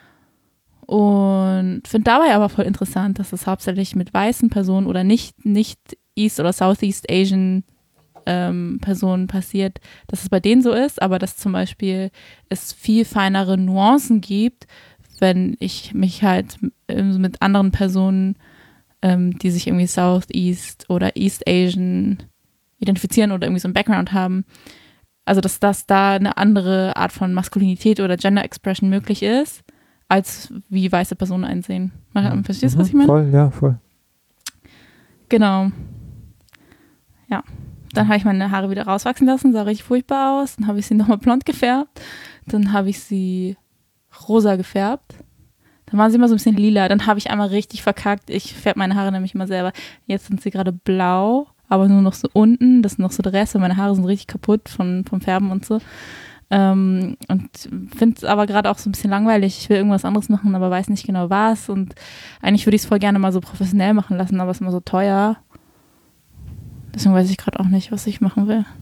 Und finde dabei aber voll interessant, dass es hauptsächlich mit weißen Personen oder nicht East- oder Southeast Asian Personen passiert, dass es bei denen so ist, aber dass zum Beispiel es viel feinere Nuancen gibt, wenn ich mich halt mit anderen Personen, die sich irgendwie Southeast oder East Asian identifizieren oder irgendwie so einen Background haben, also dass da eine andere Art von Maskulinität oder Gender Expression möglich ist, als wie weiße Personen einsehen. Verstehst du, was ich meine? Voll, ja, voll. Genau. Ja. Dann habe ich meine Haare wieder rauswachsen lassen, sah richtig furchtbar aus. Dann habe ich sie nochmal blond gefärbt. Dann habe ich sie rosa gefärbt. Dann waren sie immer so ein bisschen lila. Dann habe ich einmal richtig verkackt. Ich färbe meine Haare nämlich immer selber. Jetzt sind sie gerade blau, aber nur noch so unten. Das ist noch so der Rest. Und meine Haare sind richtig kaputt vom Färben und so. Und finde es aber gerade auch so ein bisschen langweilig. Ich will irgendwas anderes machen, aber weiß nicht genau was. Und eigentlich würde ich es voll gerne mal so professionell machen lassen, aber es ist immer so teuer. Deswegen weiß ich gerade auch nicht, was ich machen will.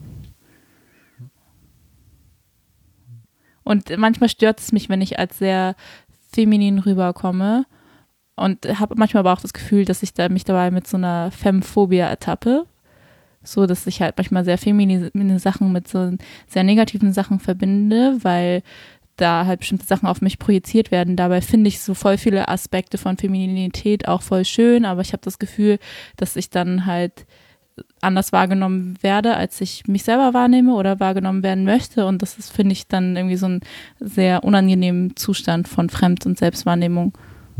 Und manchmal stört es mich, wenn ich als sehr feminin rüberkomme und habe manchmal aber auch das Gefühl, dass ich mich dabei mit so einer Femphobie ertappe, so, dass ich halt manchmal sehr feminine Sachen mit so sehr negativen Sachen verbinde, weil da halt bestimmte Sachen auf mich projiziert werden. Dabei finde ich so voll viele Aspekte von Femininität auch voll schön, aber ich habe das Gefühl, dass ich dann halt anders wahrgenommen werde, als ich mich selber wahrnehme oder wahrgenommen werden möchte. Und das ist, finde ich, dann irgendwie so ein sehr unangenehmen Zustand von Fremd- und Selbstwahrnehmung.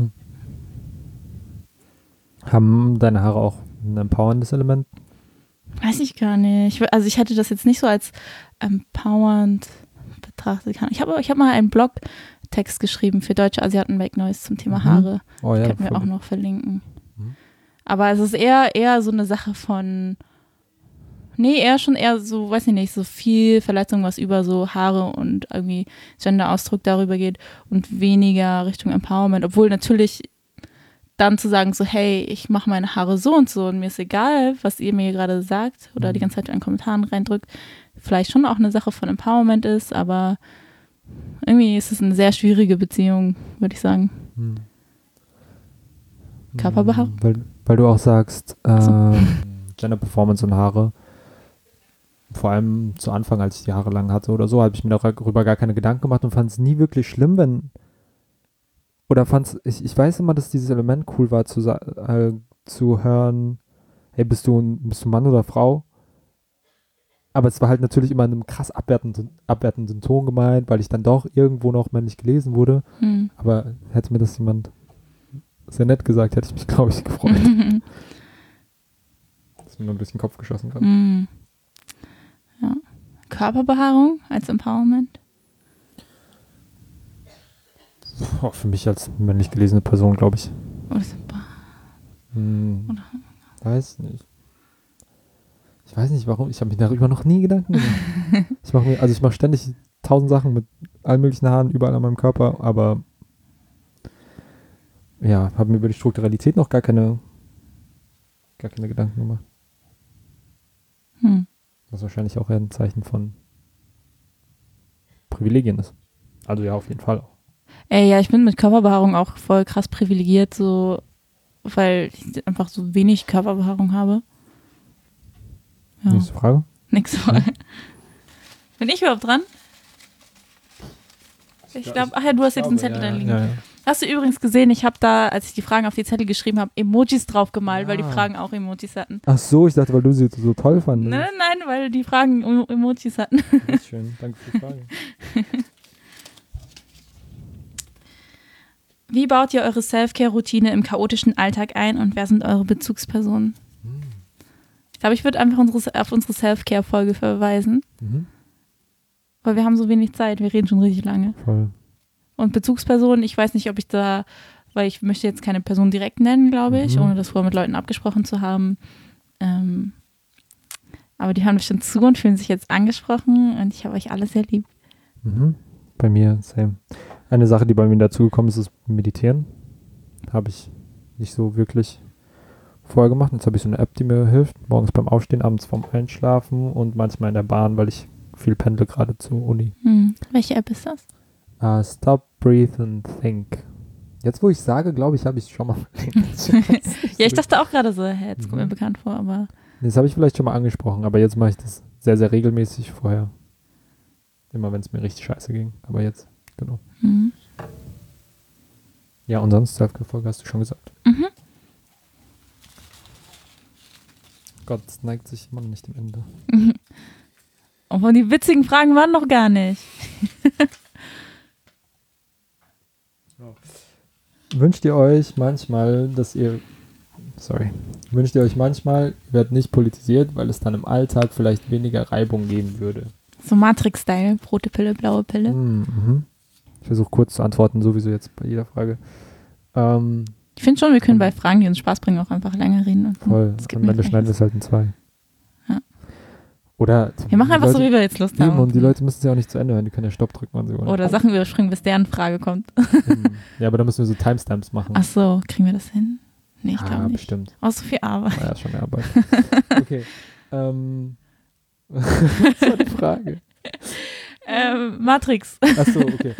Haben deine Haare auch ein empowerndes Element? Weiß ich gar nicht. Also ich hätte das jetzt nicht so als empowernd betrachtet. Ich hab mal einen Blogtext geschrieben für Deutsche Asiaten Make Noise zum Thema Haare. Oh ja, Könnten wir auch noch verlinken. Aber es ist eher so eine Sache von, eher so, weiß ich nicht, so viel Verletzung, was über so Haare und irgendwie Gender-Ausdruck darüber geht und weniger Richtung Empowerment. Obwohl natürlich dann zu sagen so, hey, ich mache meine Haare so und so und mir ist egal, was ihr mir gerade sagt oder die ganze Zeit in den Kommentaren reindrückt, vielleicht schon auch eine Sache von Empowerment ist, aber irgendwie ist es eine sehr schwierige Beziehung, würde ich sagen. Körperbehaarung? Weil du auch sagst, Gender Performance und Haare, vor allem zu Anfang, als ich die Haare lang hatte oder so, habe ich mir darüber gar keine Gedanken gemacht und fand es nie wirklich schlimm, ich weiß immer, dass dieses Element cool war, zu hören, hey, bist du Mann oder Frau? Aber es war halt natürlich immer in einem krass abwertenden Ton gemeint, weil ich dann doch irgendwo noch männlich gelesen wurde. Aber hätte mir das jemand sehr nett gesagt, hätte ich mich, glaube ich, gefreut. Dass mir nur ein bisschen Kopf geschossen kann. Ja. Körperbehaarung als Empowerment? Auch für mich als männlich gelesene Person, glaube ich. Weiß nicht. Ich weiß nicht, warum. Ich habe mir darüber noch nie Gedanken gemacht. Ich mache ständig 1000 Sachen mit allen möglichen Haaren überall an meinem Körper, aber ja, habe mir über die Strukturalität noch gar keine Gedanken gemacht. Was wahrscheinlich auch eher ein Zeichen von Privilegien ist. Also ja, auf jeden Fall auch. Ja, ich bin mit Körperbehaarung auch voll krass privilegiert, so, weil ich einfach so wenig Körperbehaarung habe. Ja. Nächste Frage. Nix voll. Bin ich überhaupt dran? Ich glaube, du hast jetzt einen Zettel da liegen. Ja. Hast du übrigens gesehen, ich habe da, als ich die Fragen auf die Zettel geschrieben habe, Emojis drauf gemalt, weil die Fragen auch Emojis hatten. Ach so, ich dachte, weil du sie so toll fandest. Nein, weil die Fragen Emojis hatten. Das ist schön, danke für die Frage. Wie baut ihr eure Self-Care-Routine im chaotischen Alltag ein und wer sind eure Bezugspersonen? Ich glaube, ich würde einfach auf unsere Self-Care-Folge verweisen, weil wir haben so wenig Zeit, wir reden schon richtig lange. Voll. Und Bezugspersonen, ich weiß nicht, ob ich da, weil ich möchte jetzt keine Person direkt nennen, glaube ich, ohne das vorher mit Leuten abgesprochen zu haben. Aber die hören bestimmt zu und fühlen sich jetzt angesprochen und ich habe euch alle sehr lieb. Bei mir, same. Eine Sache, die bei mir dazugekommen ist, ist Meditieren. Habe ich nicht so wirklich vorher gemacht. Jetzt habe ich so eine App, die mir hilft. Morgens beim Aufstehen, abends vorm Einschlafen und manchmal in der Bahn, weil ich viel pendle gerade zur Uni. Welche App ist das? Stop, Breathe and Think. Jetzt, wo ich sage, glaube ich, habe ich es schon mal Ja, ich dachte auch gerade so, jetzt kommt mir bekannt vor, aber... Das habe ich vielleicht schon mal angesprochen, aber jetzt mache ich das sehr, sehr regelmäßig vorher. Immer, wenn es mir richtig scheiße ging. Aber jetzt, genau. Ja, und sonst Self-Care-Folge hast du schon gesagt. Gott, es neigt sich immer noch nicht dem Ende. Obwohl die witzigen Fragen waren noch gar nicht. Wünscht ihr euch manchmal, ihr werdet nicht politisiert, weil es dann im Alltag vielleicht weniger Reibung geben würde? So Matrix-Style, rote Pille, blaue Pille. Ich versuche kurz zu antworten, sowieso jetzt bei jeder Frage. Ich finde schon, wir können bei Fragen, die uns Spaß bringen, auch einfach länger reden. Voll, am Ende schneiden wir es halt in 2. Ja. Oder wir machen einfach so, wie wir jetzt Lust haben. Und die Leute müssen es ja auch nicht zu Ende hören, die können ja Stopp drücken, wann sie wollen. Oder Sachen überspringen, bis deren Frage kommt. Ja, aber da müssen wir so Timestamps machen. Ach so, kriegen wir das hin? Nee, ich glaube nicht. Bestimmt. Oh, so viel Arbeit. Ja, ist schon eine Arbeit. Okay. Was war die Frage? Matrix. Ach so, okay.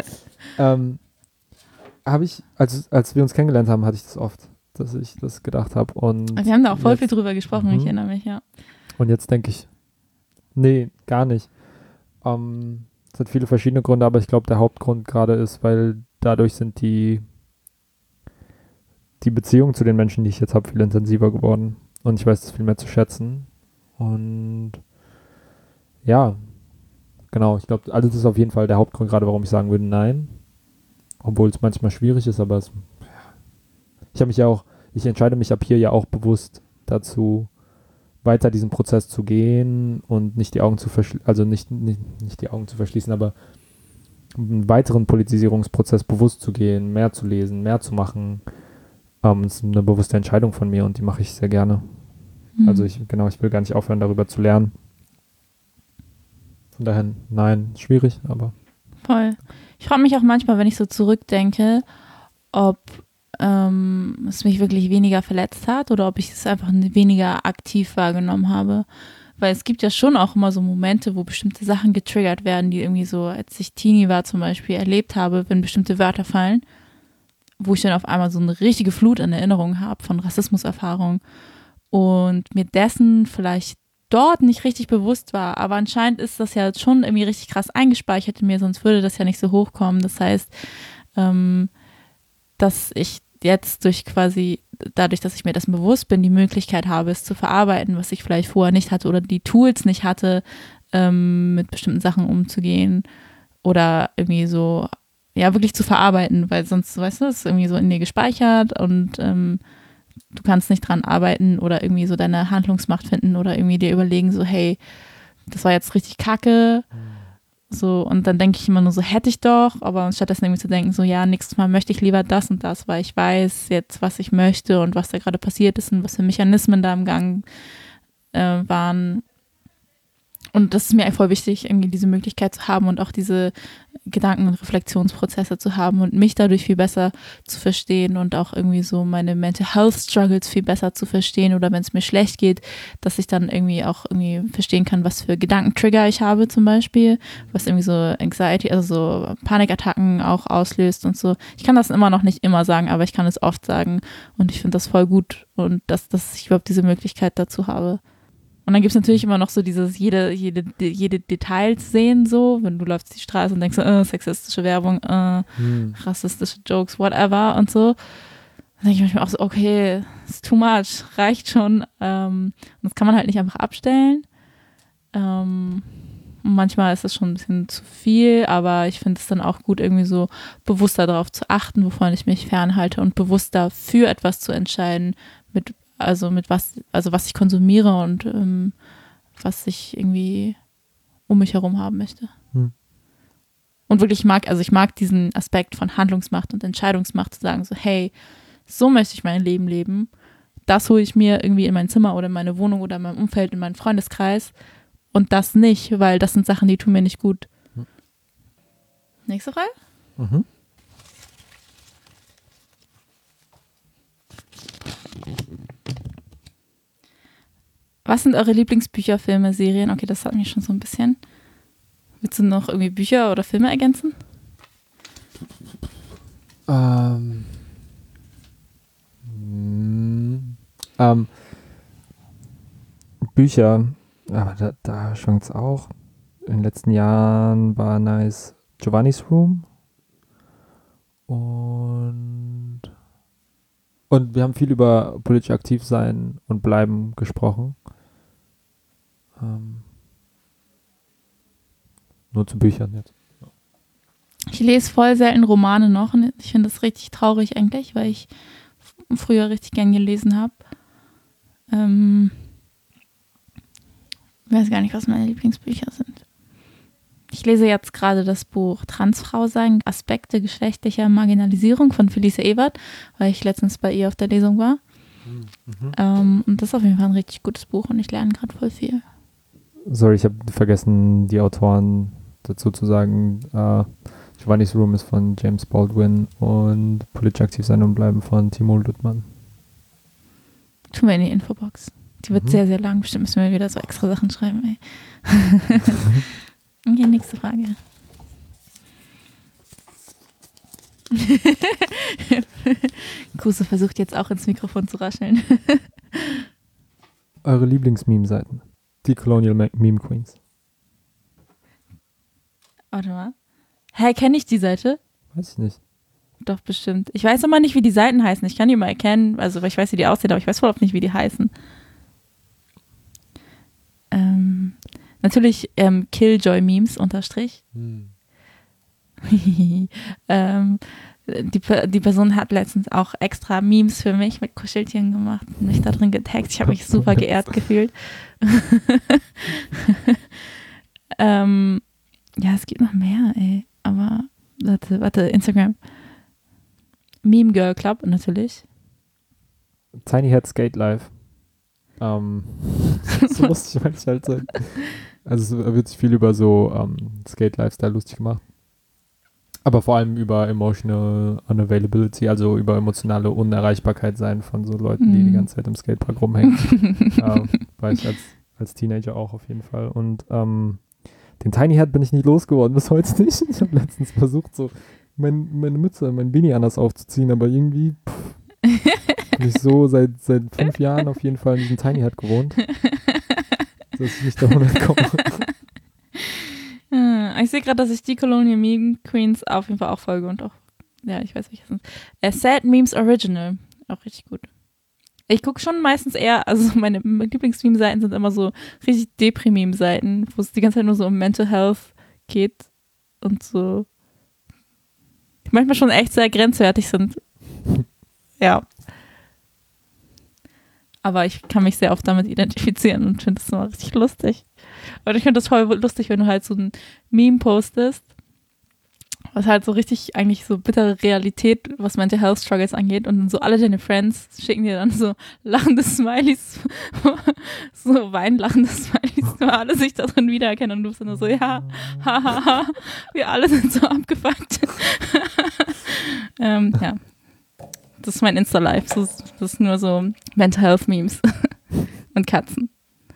Habe ich, als wir uns kennengelernt haben, hatte ich das oft, dass ich das gedacht habe. Und wir haben da auch voll viel drüber gesprochen, ich erinnere mich, ja. Und jetzt denke ich, nee, gar nicht. Es hat viele verschiedene Gründe, aber ich glaube, der Hauptgrund gerade ist, weil dadurch sind die Beziehungen zu den Menschen, die ich jetzt habe, viel intensiver geworden. Und ich weiß es viel mehr zu schätzen. Und ja, genau, ich glaube, also das ist auf jeden Fall der Hauptgrund gerade, warum ich sagen würde, nein. Obwohl es manchmal schwierig ist, aber ich entscheide mich ab hier ja auch bewusst dazu, weiter diesen Prozess zu gehen und nicht die Augen zu verschließen, also nicht die Augen zu verschließen, aber einen weiteren Politisierungsprozess bewusst zu gehen, mehr zu lesen, mehr zu machen. Das ist eine bewusste Entscheidung von mir und die mache ich sehr gerne. Also ich will gar nicht aufhören, darüber zu lernen. Von daher, nein, schwierig, aber. Voll. Ich frage mich auch manchmal, wenn ich so zurückdenke, ob es mich wirklich weniger verletzt hat oder ob ich es einfach weniger aktiv wahrgenommen habe. Weil es gibt ja schon auch immer so Momente, wo bestimmte Sachen getriggert werden, die irgendwie so, als ich Teenie war zum Beispiel, erlebt habe, wenn bestimmte Wörter fallen, wo ich dann auf einmal so eine richtige Flut an Erinnerungen habe von Rassismuserfahrungen und mir dessen vielleicht dort nicht richtig bewusst war. Aber anscheinend ist das ja schon irgendwie richtig krass eingespeichert in mir, sonst würde das ja nicht so hochkommen. Das heißt, dass ich jetzt dadurch, dass ich mir dessen bewusst bin, die Möglichkeit habe, es zu verarbeiten, was ich vielleicht vorher nicht hatte oder die Tools nicht hatte, mit bestimmten Sachen umzugehen oder irgendwie so, ja, wirklich zu verarbeiten, weil sonst, weißt du, es ist irgendwie so in dir gespeichert und du kannst nicht dran arbeiten oder irgendwie so deine Handlungsmacht finden oder irgendwie dir überlegen, so, hey, das war jetzt richtig kacke. So, und dann denke ich immer nur so, hätte ich doch, aber stattdessen irgendwie zu denken, so, ja, nächstes Mal möchte ich lieber das und das, weil ich weiß jetzt, was ich möchte und was da gerade passiert ist und was für Mechanismen da im Gang waren. Und das ist mir voll wichtig, irgendwie diese Möglichkeit zu haben und auch diese Gedanken- und Reflexionsprozesse zu haben und mich dadurch viel besser zu verstehen und auch irgendwie so meine Mental Health Struggles viel besser zu verstehen oder wenn es mir schlecht geht, dass ich dann irgendwie auch irgendwie verstehen kann, was für Gedankentrigger ich habe zum Beispiel, was irgendwie so Anxiety, also so Panikattacken auch auslöst und so. Ich kann das immer noch nicht immer sagen, aber ich kann es oft sagen und ich finde das voll gut und dass ich überhaupt diese Möglichkeit dazu habe. Und dann gibt es natürlich immer noch so dieses jede Details sehen, so, wenn du läufst die Straße und denkst so, sexistische Werbung, rassistische Jokes, whatever und so. Dann denke ich manchmal auch so, okay, it's too much, reicht schon. Und das kann man halt nicht einfach abstellen. Und manchmal ist das schon ein bisschen zu viel, aber ich finde es dann auch gut, irgendwie so bewusster darauf zu achten, wovon ich mich fernhalte und bewusster für etwas zu entscheiden, was ich konsumiere und was ich irgendwie um mich herum haben möchte. Und wirklich ich mag diesen Aspekt von Handlungsmacht und Entscheidungsmacht zu sagen, so, hey, so möchte ich mein Leben leben. Das hole ich mir irgendwie in mein Zimmer oder in meine Wohnung oder in meinem Umfeld, in meinen Freundeskreis und das nicht, weil das sind Sachen, die tun mir nicht gut. Nächste Frage? Mhm. Was sind eure Lieblingsbücher, Filme, Serien? Okay, das hat mich schon so ein bisschen. Willst du noch irgendwie Bücher oder Filme ergänzen? Bücher, aber da schwankt es auch. In den letzten Jahren war nice Giovanni's Room und wir haben viel über politisch aktiv sein und bleiben gesprochen. Nur zu Büchern jetzt. Ich lese voll selten Romane noch und ich finde das richtig traurig eigentlich, weil ich früher richtig gern gelesen habe. Ich weiß gar nicht, was meine Lieblingsbücher sind. Ich lese jetzt gerade das Buch Transfrau sein, Aspekte geschlechtlicher Marginalisierung von Felice Ewert, weil ich letztens bei ihr auf der Lesung war. Und das ist auf jeden Fall ein richtig gutes Buch und ich lerne gerade voll viel. Sorry, ich habe vergessen, die Autoren dazu zu sagen. Giovanni's Room ist von James Baldwin und Politisch aktiv sein und bleiben von Timo Luttmann. Tun wir in die Infobox. Die wird sehr, sehr lang. Bestimmt müssen wir wieder so extra Sachen schreiben. Ey. Okay, nächste Frage. Kruse versucht jetzt auch ins Mikrofon zu rascheln. Eure Lieblingsmeme-Seiten? Decolonial Meme Queens. Warte mal. Hä, kenne ich die Seite? Weiß ich nicht. Doch, bestimmt. Ich weiß aber nicht, wie die Seiten heißen. Ich kann die mal erkennen, also weil ich weiß, wie die aussehen, aber ich weiß voll oft nicht, wie die heißen. Natürlich Killjoy-Memes unterstrich. Die Person hat letztens auch extra Memes für mich mit Kuscheltieren gemacht und mich da drin getaggt. Ich habe mich super geehrt gefühlt. Ja, es gibt noch mehr, ey. Aber warte, Instagram. Meme Girl Club natürlich. Tiny Head Skate Live. So lustig, weil ich halt so. Also es wird sich viel über so Skate Lifestyle lustig gemacht. Aber vor allem über Emotional Unavailability, also über emotionale Unerreichbarkeit sein von so Leuten, die die ganze Zeit im Skatepark rumhängen. War ich als Teenager auch auf jeden Fall. Und den Tiny Hat bin ich nicht losgeworden, bis heute nicht. Ich habe letztens versucht, so meine Mütze, mein Beanie anders aufzuziehen, aber irgendwie bin ich so seit 5 Jahren auf jeden Fall in diesem Tiny Hat gewohnt, dass ich nicht davon entkomme. Ich sehe gerade, dass ich die Colonial Meme Queens auf jeden Fall auch folge und auch, ja, ich weiß, welche sind. Sad Memes Original, auch richtig gut. Ich gucke schon meistens eher, also meine Lieblings-Meme-Seiten sind immer so richtig Deprimim-Seiten, wo es die ganze Zeit nur so um Mental Health geht und so, die manchmal schon echt sehr grenzwertig sind. Ja. Aber ich kann mich sehr oft damit identifizieren und finde das immer richtig lustig. Und ich finde das voll lustig, wenn du halt so ein Meme postest, was halt so richtig eigentlich so bittere Realität, was Mental Health Struggles angeht, und dann so alle deine Friends schicken dir dann so lachende Smileys, so weinlachende Smileys, weil alle sich da drin wiedererkennen und du bist dann nur so, ja, hahaha, wir alle sind so abgefuckt. Ja. Das ist mein Insta-Life. Das ist nur so Mental Health Memes und Katzen.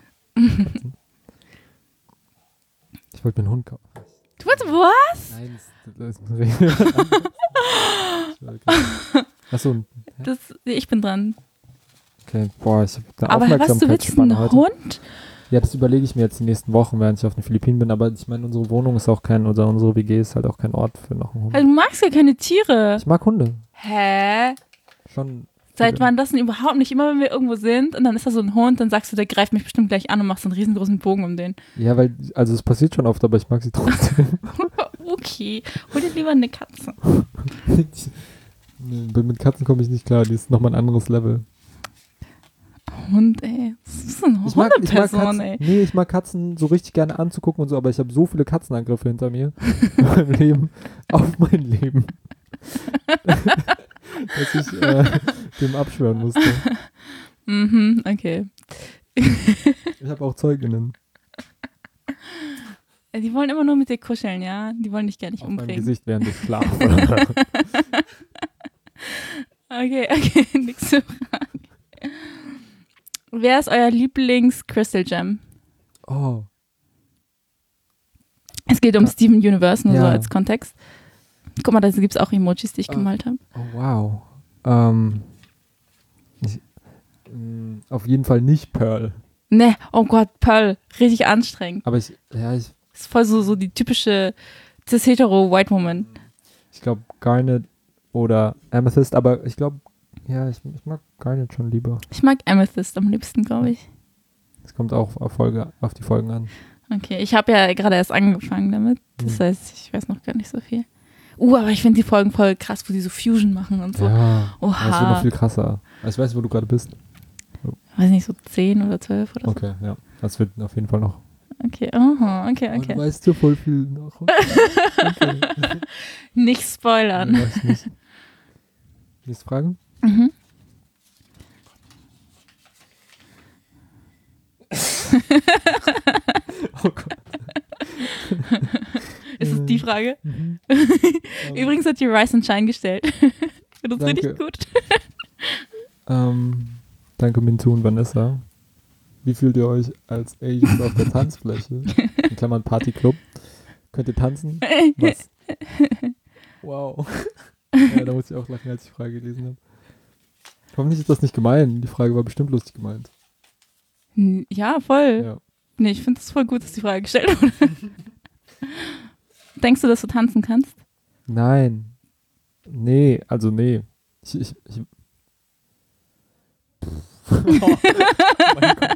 Ich wollte mir einen Hund kaufen. Du wolltest was? Nein, das ist eine Regel. Achso. Ich bin dran. Okay, boah, ich habe eine Aber was, du willst Aufmerksamkeitsspanne einen heute. Hund? Ja, das überlege ich mir jetzt die nächsten Wochen, während ich auf den Philippinen bin. Aber ich meine, unsere Wohnung ist auch oder unsere WG ist halt auch kein Ort für noch einen Hund. Also, du magst ja keine Tiere. Ich mag Hunde. Hä? Schon. Seit wann das denn überhaupt nicht? Immer wenn wir irgendwo sind und dann ist da so ein Hund, dann sagst du, der greift mich bestimmt gleich an und machst so einen riesengroßen Bogen um den. Ja, weil, also es passiert schon oft, aber ich mag sie trotzdem. Okay, hol dir lieber eine Katze. Mit Katzen komme ich nicht klar, die ist nochmal ein anderes Level. Hund, ey. Das ist so eine Hundeperson, ey. Nee, ich mag Katzen so richtig gerne anzugucken und so, aber ich habe so viele Katzenangriffe hinter mir. In meinem Leben. Auf mein Leben. Dass ich dem abschwören musste. Okay. Ich habe auch Zeuginnen. Die wollen immer nur mit dir kuscheln, ja? Die wollen dich gar nicht umbringen. Mein Gesicht während ich schlafe. Okay, nächste Frage. Wer ist euer Lieblings-Crystal Gem? Oh. Es geht um Steven Universe, nur Ja. so als Kontext. Guck mal, da gibt es auch Emojis, die ich gemalt habe. Oh, wow. Auf jeden Fall nicht Pearl. Ne, oh Gott, Pearl, richtig anstrengend. Aber ich ist voll so die typische cis-hetero-White Woman. Ich glaube Garnet oder Amethyst, aber ich glaube, ja, ich mag Garnet schon lieber. Ich mag Amethyst am liebsten, glaube ich. Es kommt auch auf die Folgen an. Okay, ich habe ja gerade erst angefangen damit. Das heißt, ich weiß noch gar nicht so viel. Aber ich finde die Folgen voll krass, wo die so Fusion machen und so. Ja, Oha. das wird noch viel krasser. Ich weiß, wo du gerade bist. Weiß nicht, so 10 oder 12 oder so. Okay, ja. Das wird auf jeden Fall noch. Okay, okay. Aber du weißt ja voll viel noch. Okay. Nicht spoilern. Nee, weiß ich nicht. Nächste Frage? Oh Gott. Ist es die Frage? Übrigens hat die Rise and Shine gestellt. Ich finde das richtig gut. Danke Mintu und Vanessa. Wie fühlt ihr euch als Asians auf der Tanzfläche? In Klammern Partyclub. Könnt ihr tanzen? Was? Wow. Ja, da muss ich auch lachen, als ich die Frage gelesen habe. Hoffentlich ist das nicht gemein. Die Frage war bestimmt lustig gemeint. Ja, voll. Ja. Nee, ich finde es voll gut, dass die Frage gestellt wurde. Denkst du, dass du tanzen kannst? Nein. Nee, also nee. Oh mein Gott.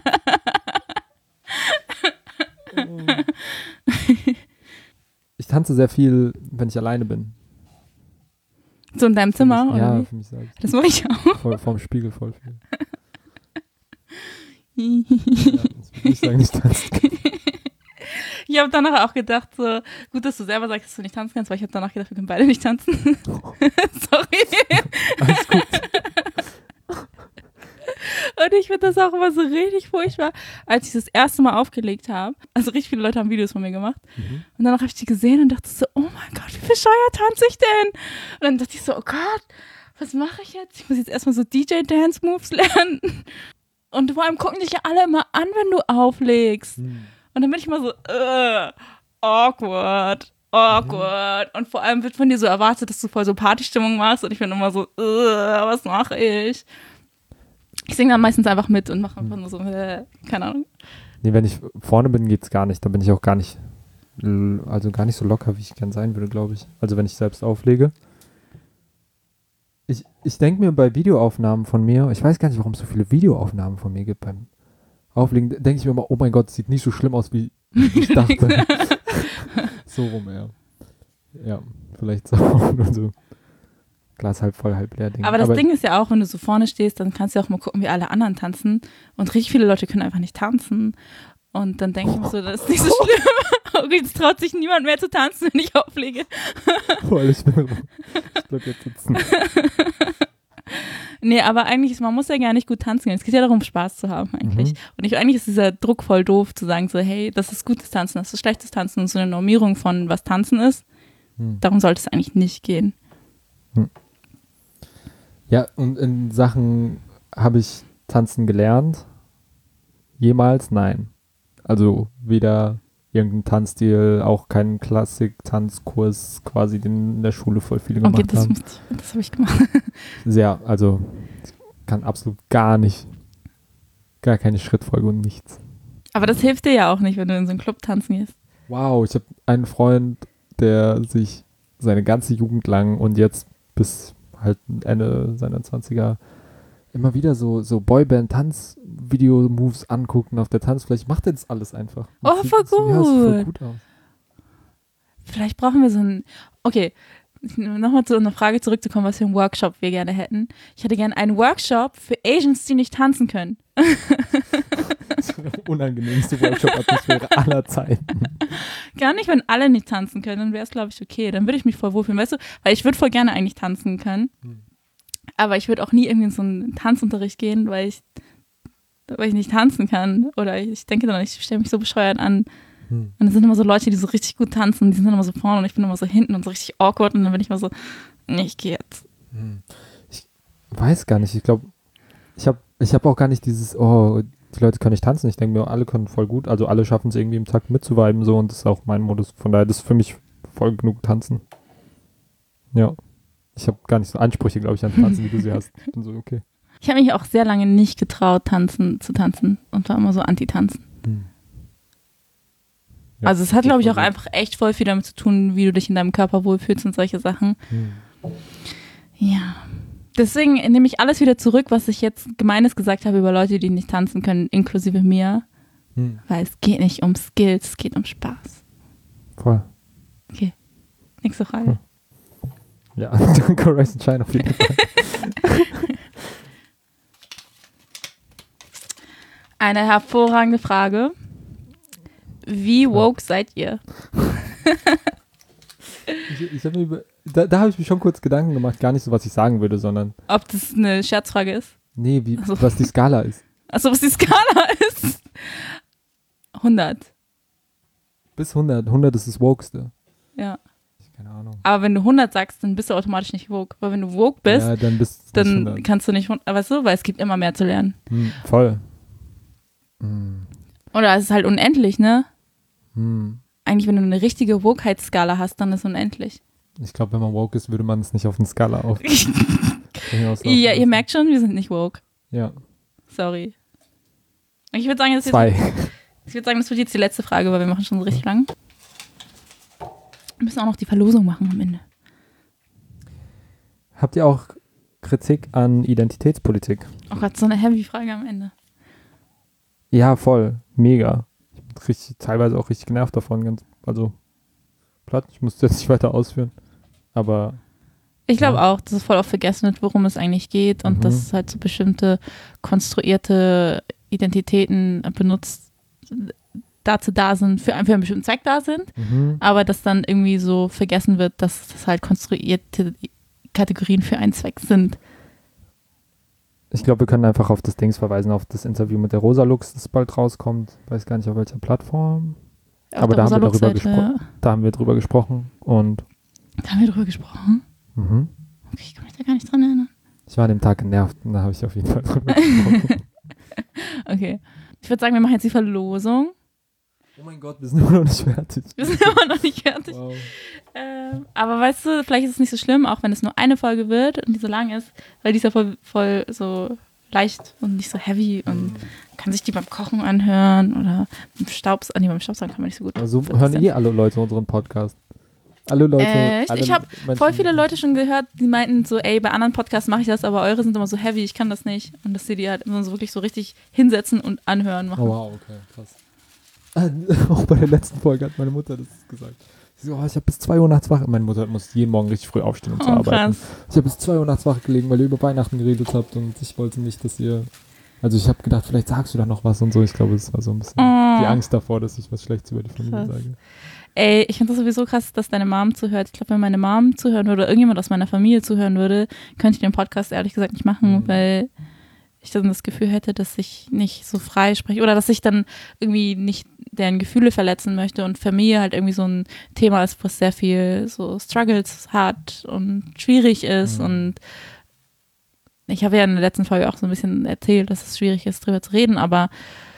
Ich tanze sehr viel, wenn ich alleine bin. So in deinem Zimmer? Mich, oder ja, wie? für mich selbst. Das mache ich auch. Vorm Spiegel voll viel. Ja, das würde ich sagen, ich tanze. Ich habe danach auch gedacht, so, gut, dass du selber sagst, dass du nicht tanzen kannst, weil ich habe danach gedacht, wir können beide nicht tanzen. Sorry. Alles gut. Und ich finde das auch immer so richtig furchtbar, als ich das erste Mal aufgelegt habe. Also richtig viele Leute haben Videos von mir gemacht. Und danach habe ich die gesehen und dachte so, oh mein Gott, wie bescheuert tanze ich denn? Und dann dachte ich so, oh Gott, was mache ich jetzt? Ich muss jetzt erstmal so DJ-Dance-Moves lernen. Und vor allem gucken dich ja alle immer an, wenn du auflegst. Und dann bin ich immer so, awkward. Und vor allem wird von dir so erwartet, dass du voll so Partystimmung machst. Und ich bin immer so, was mache ich? Ich singe dann meistens einfach mit und mache einfach nur so, keine Ahnung. Nee, wenn ich vorne bin, geht's gar nicht. Da bin ich auch gar nicht so locker, wie ich gern sein würde, glaube ich. Also wenn ich selbst auflege. Ich denke mir bei Videoaufnahmen von mir, ich weiß gar nicht, warum es so viele Videoaufnahmen von mir gibt beim Auflegen, denke ich mir immer, oh mein Gott, sieht nicht so schlimm aus, wie ich dachte. So rum, ja. Ja, vielleicht so. Nur so Glas halb voll, halb leer Ding. Aber das Ding ist ja auch, wenn du so vorne stehst, dann kannst du ja auch mal gucken, wie alle anderen tanzen. Und richtig viele Leute können einfach nicht tanzen. Und dann denke ich mir so, das ist nicht so schlimm. Okay, jetzt traut sich niemand mehr zu tanzen, wenn ich auflege. Ich bleib jetzt sitzen. Nee, aber eigentlich, man muss ja gar nicht gut tanzen. Es geht ja darum, Spaß zu haben eigentlich. Und eigentlich ist dieser Druck voll doof, zu sagen so, hey, das ist gutes Tanzen, das ist schlechtes Tanzen und so eine Normierung von, was Tanzen ist. Darum sollte es eigentlich nicht gehen. Ja, und in Sachen, habe ich tanzen gelernt? Jemals? Nein. Also weder irgendein Tanzstil, auch keinen Klassik-Tanzkurs quasi, den in der Schule voll viele gemacht haben. Das habe ich gemacht. Sehr, also ich kann absolut gar keine Schrittfolge und nichts. Aber das hilft dir ja auch nicht, wenn du in so einen Club tanzen gehst. Wow, ich habe einen Freund, der sich seine ganze Jugend lang und jetzt bis halt Ende seiner 20er immer wieder so Boyband-Tanz-Video-Moves angucken auf der Tanzfläche. Macht er das alles einfach. Oh, voll gut. Ja, sieht voll gut aus. Vielleicht brauchen wir so einen, okay, nochmal zu einer Frage zurückzukommen, was für einen Workshop wir gerne hätten. Ich hätte gerne einen Workshop für Asians, die nicht tanzen können. Das ist die unangenehmste Workshop-Atmosphäre aller Zeiten. Gar nicht, wenn alle nicht tanzen können, dann wäre es, glaube ich, okay. Dann würde ich mich voll wohlfühlen, weißt du? Weil ich würde voll gerne eigentlich tanzen können. Aber ich würde auch nie irgendwie in so einen Tanzunterricht gehen, weil ich nicht tanzen kann. Oder ich denke dann, ich stelle mich so bescheuert an. Und dann sind immer so Leute, die so richtig gut tanzen, die sind immer so vorne und ich bin immer so hinten und so richtig awkward und dann bin ich immer so, nee, ich gehe jetzt. Ich weiß gar nicht, ich glaube, ich hab auch gar nicht dieses, oh, die Leute können nicht tanzen. Ich denke mir, alle können voll gut, also alle schaffen es irgendwie im Takt mitzuviben so und das ist auch mein Modus. Von daher, das ist für mich voll genug tanzen. Ja. Ich habe gar nicht so Ansprüche, glaube ich, an Tanzen, wie du sie hast. Ich bin so, okay. Ich habe mich auch sehr lange nicht getraut, zu tanzen und war immer so anti-tanzen. Ja, also es hat, glaube ich, auch einfach echt voll viel damit zu tun, wie du dich in deinem Körper wohlfühlst und solche Sachen. Ja. Deswegen nehme ich alles wieder zurück, was ich jetzt Gemeines gesagt habe über Leute, die nicht tanzen können, inklusive mir. Weil es geht nicht um Skills, es geht um Spaß. Voll. Okay. Nächste Frage. Ja, danke, Rise and Shine auf jeden Fall. Eine hervorragende Frage. Wie woke seid ihr? Ich hab mir da habe ich mir schon kurz Gedanken gemacht, gar nicht so, was ich sagen würde, sondern Ob das eine Scherzfrage ist? Nee, was die Skala ist. Achso, was die Skala ist? 100. Bis 100. 100 ist das Wokeste. Ja. Keine Ahnung. Aber wenn du 100 sagst, dann bist du automatisch nicht woke. Aber wenn du woke bist, ja, dann kannst du nicht, weißt du, weil es gibt immer mehr zu lernen. Voll. Oder es ist halt unendlich, ne? Eigentlich, wenn du eine richtige Wokeheitsskala hast, dann ist es unendlich. Ich glaube, wenn man woke ist, würde man es nicht auf eine Skala auf. Ja, ihr merkt schon, wir sind nicht woke. Ja. Sorry. Ich würde sagen, das ist 2. Ich würde sagen, das wird jetzt die letzte Frage, weil wir machen schon so richtig lang. Wir müssen auch noch die Verlosung machen am Ende. Habt ihr auch Kritik an Identitätspolitik? Oh Gott, so eine heavy Frage am Ende. Ja, voll. Mega. Ich bin teilweise auch richtig genervt davon. Also platt. Ich muss das jetzt nicht weiter ausführen. Aber Ich glaube auch, dass es voll oft vergessen wird, worum es eigentlich geht und dass es halt so bestimmte konstruierte Identitäten dazu da sind, für einen bestimmten Zweck da sind, aber dass dann irgendwie so vergessen wird, dass das halt konstruierte Kategorien für einen Zweck sind. ich glaube, wir können einfach auf das Dings verweisen, auf das Interview mit der Rosa Lux, das bald rauskommt. Weiß gar nicht, auf welcher Plattform. Aber da haben wir drüber gesprochen. Und da haben wir drüber gesprochen? Okay, ich kann mich da gar nicht dran erinnern. Ich war an dem Tag genervt und da habe ich auf jeden Fall drüber gesprochen. Okay. Ich würde sagen, wir machen jetzt die Verlosung. Oh mein Gott, wir sind immer noch nicht fertig. Wow. Aber weißt du, vielleicht ist es nicht so schlimm, auch wenn es nur eine Folge wird und die so lang ist, weil die ist ja voll so leicht und nicht so heavy und kann sich die beim Kochen anhören oder beim Staubsaugen. Beim Staubsaugen kann man nicht so gut. Also hören alle Leute unseren Podcast. Alle Leute. Ich habe voll viele Leute schon gehört, die meinten so, ey, bei anderen Podcasts mache ich das, aber eure sind immer so heavy, ich kann das nicht. Und dass sie die halt immer so wirklich so richtig hinsetzen und anhören machen. Oh wow, okay, krass. Auch bei der letzten Folge hat meine Mutter das gesagt. Sie so, ich habe bis 2 Uhr nachts wach. Meine Mutter muss jeden Morgen richtig früh aufstehen, um zu arbeiten. Krass. Ich habe bis 2 Uhr nachts wach gelegen, weil ihr über Weihnachten geredet habt und ich wollte nicht, dass ihr... Also ich habe gedacht, vielleicht sagst du da noch was und so. Ich glaube, es war so ein bisschen die Angst davor, dass ich was Schlechtes über die Familie sage. Ey, ich finde das sowieso krass, dass deine Mom zuhört. Ich glaube, wenn meine Mom zuhören würde oder irgendjemand aus meiner Familie zuhören würde, könnte ich den Podcast ehrlich gesagt nicht machen, weil ich dann das Gefühl hätte, dass ich nicht so frei spreche oder dass ich dann irgendwie nicht deren Gefühle verletzen möchte und Familie halt irgendwie so ein Thema ist, was sehr viel so Struggles hat und schwierig ist und ich habe ja in der letzten Folge auch so ein bisschen erzählt, dass es schwierig ist, drüber zu reden, aber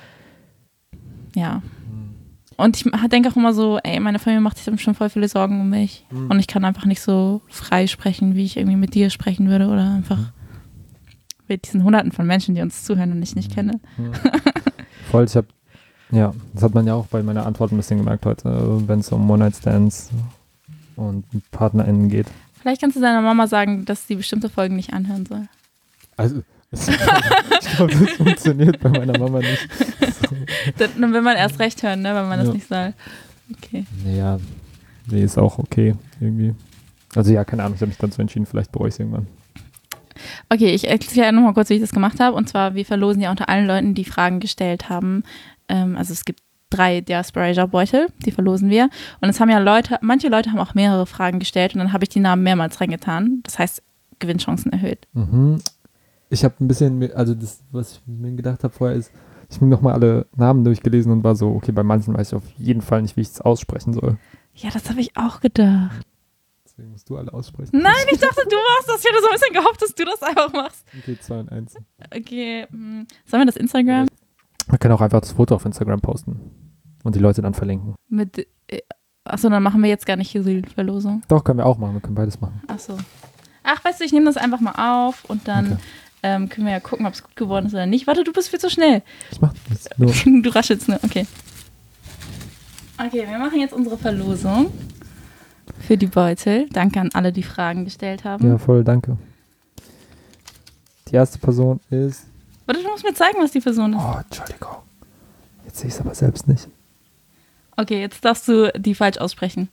ja. Und ich denke auch immer so, ey, meine Familie macht sich schon voll viele Sorgen um mich und ich kann einfach nicht so frei sprechen, wie ich irgendwie mit dir sprechen würde oder einfach mit diesen Hunderten von Menschen, die uns zuhören und ich nicht kenne. Voll, das hat man ja auch bei meiner Antwort ein bisschen gemerkt heute, wenn es um One-Night-Stands und PartnerInnen geht. Vielleicht kannst du deiner Mama sagen, dass sie bestimmte Folgen nicht anhören soll. Also, ich glaube, das funktioniert bei meiner Mama nicht. Dann will man erst recht hören, ne, wenn man das nicht soll. Okay. Nee, ist auch okay, irgendwie. Also ja, keine Ahnung, ich habe mich dazu entschieden, vielleicht bereue ich es irgendwann. Okay, ich erkläre nochmal kurz, wie ich das gemacht habe. Und zwar, wir verlosen ja unter allen Leuten, die Fragen gestellt haben. Also es gibt 3 Diaspora-Beutel, die verlosen wir. Und es haben ja manche Leute haben auch mehrere Fragen gestellt und dann habe ich die Namen mehrmals reingetan. Das heißt, Gewinnchancen erhöht. Ich habe ein bisschen, also das, was ich mir gedacht habe vorher ist, ich habe mir nochmal alle Namen durchgelesen und war so, okay, bei manchen weiß ich auf jeden Fall nicht, wie ich es aussprechen soll. Ja, das habe ich auch gedacht. Deswegen musst du alle aussprechen. Nein, ich dachte, du machst das. Ich hatte so ein bisschen gehofft, dass du das einfach machst. Okay, 2 und 1. Okay, sollen wir das Instagram? Man kann auch einfach das Foto auf Instagram posten und die Leute dann verlinken. Achso, dann machen wir jetzt gar nicht hier so die Verlosung. Doch, können wir auch machen. Wir können beides machen. Achso. Ach, weißt du, ich nehme das einfach mal auf und dann können wir ja gucken, ob es gut geworden ist oder nicht. Warte, du bist viel zu schnell. Ich mach das nur. Du raschelst nur, okay. Okay, wir machen jetzt unsere Verlosung für die Beutel. Danke an alle, die Fragen gestellt haben. Ja, voll, danke. Die erste Person ist... Warte, du musst mir zeigen, was die Person ist. Oh, Entschuldigung. Jetzt sehe ich es aber selbst nicht. Okay, jetzt darfst du die falsch aussprechen.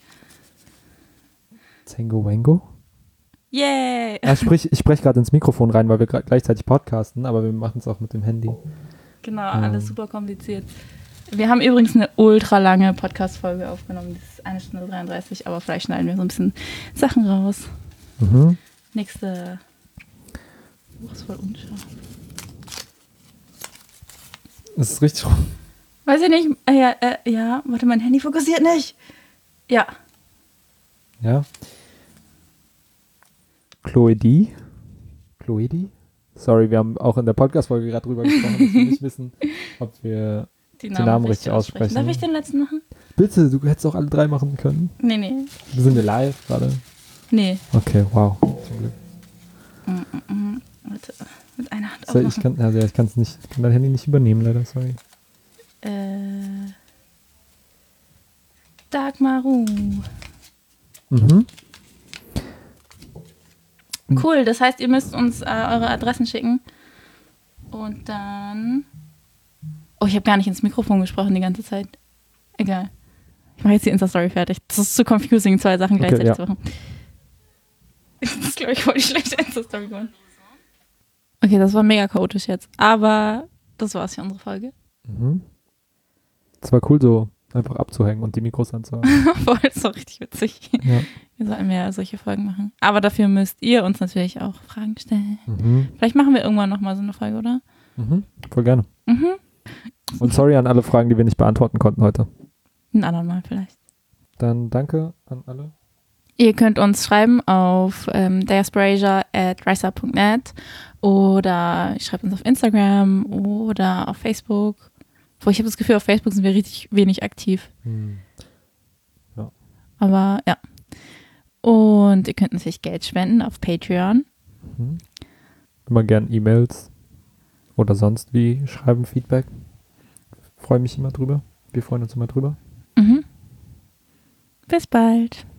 Zengo Wengo? Yay! Ja, ich sprech gerade ins Mikrofon rein, weil wir gleichzeitig podcasten, aber wir machen es auch mit dem Handy. Genau, alles super kompliziert. Wir haben übrigens eine ultra lange Podcast-Folge aufgenommen. Das ist 1 Stunde 33, aber vielleicht schneiden wir so ein bisschen Sachen raus. Nächste. Das ist voll unscharf. Das ist richtig rum. Weiß ich nicht. Ja, warte, mein Handy fokussiert nicht. Ja. Ja. Chloe? Sorry, wir haben auch in der Podcast-Folge gerade drüber gesprochen, dass wir nicht wissen, ob wir die Namen richtig aussprechen. Darf ich den letzten machen? Bitte, du hättest auch alle 3 machen können. Nee. Sind wir live gerade? Nee. Okay, wow. Zum Glück. Warte, mit einer Hand Ich kann dein Handy nicht übernehmen, leider, sorry. Dagmaru. Mhm. Cool, das heißt, ihr müsst uns eure Adressen schicken. Und dann... Oh, ich habe gar nicht ins Mikrofon gesprochen die ganze Zeit. Egal. Ich mache jetzt die Insta-Story fertig. Das ist zu confusing, 2 Sachen gleichzeitig zu machen. Das ist, glaube ich, voll die schlechte Insta-Story geworden. Okay, das war mega chaotisch jetzt. Aber das war's für unsere Folge. Mhm. Es war cool, so einfach abzuhängen und die Mikros anzuhaben. Voll, das war richtig witzig. Ja. Wir sollten mehr solche Folgen machen. Aber dafür müsst ihr uns natürlich auch Fragen stellen. Mhm. Vielleicht machen wir irgendwann nochmal so eine Folge, oder? Mhm. Voll gerne. Mhm. Und sorry an alle Fragen, die wir nicht beantworten konnten heute. Ein anderen Mal vielleicht. Dann danke an alle. Ihr könnt uns schreiben auf diasporasia@risa.net oder schreibt uns auf Instagram oder auf Facebook. Wo ich habe das Gefühl, auf Facebook sind wir richtig wenig aktiv. Ja. Aber ja. Und ihr könnt natürlich Geld spenden auf Patreon. Mhm. Immer gern E-Mails oder sonst wie schreiben, Feedback. Freue mich immer drüber. Wir freuen uns immer drüber. Mhm. Bis bald.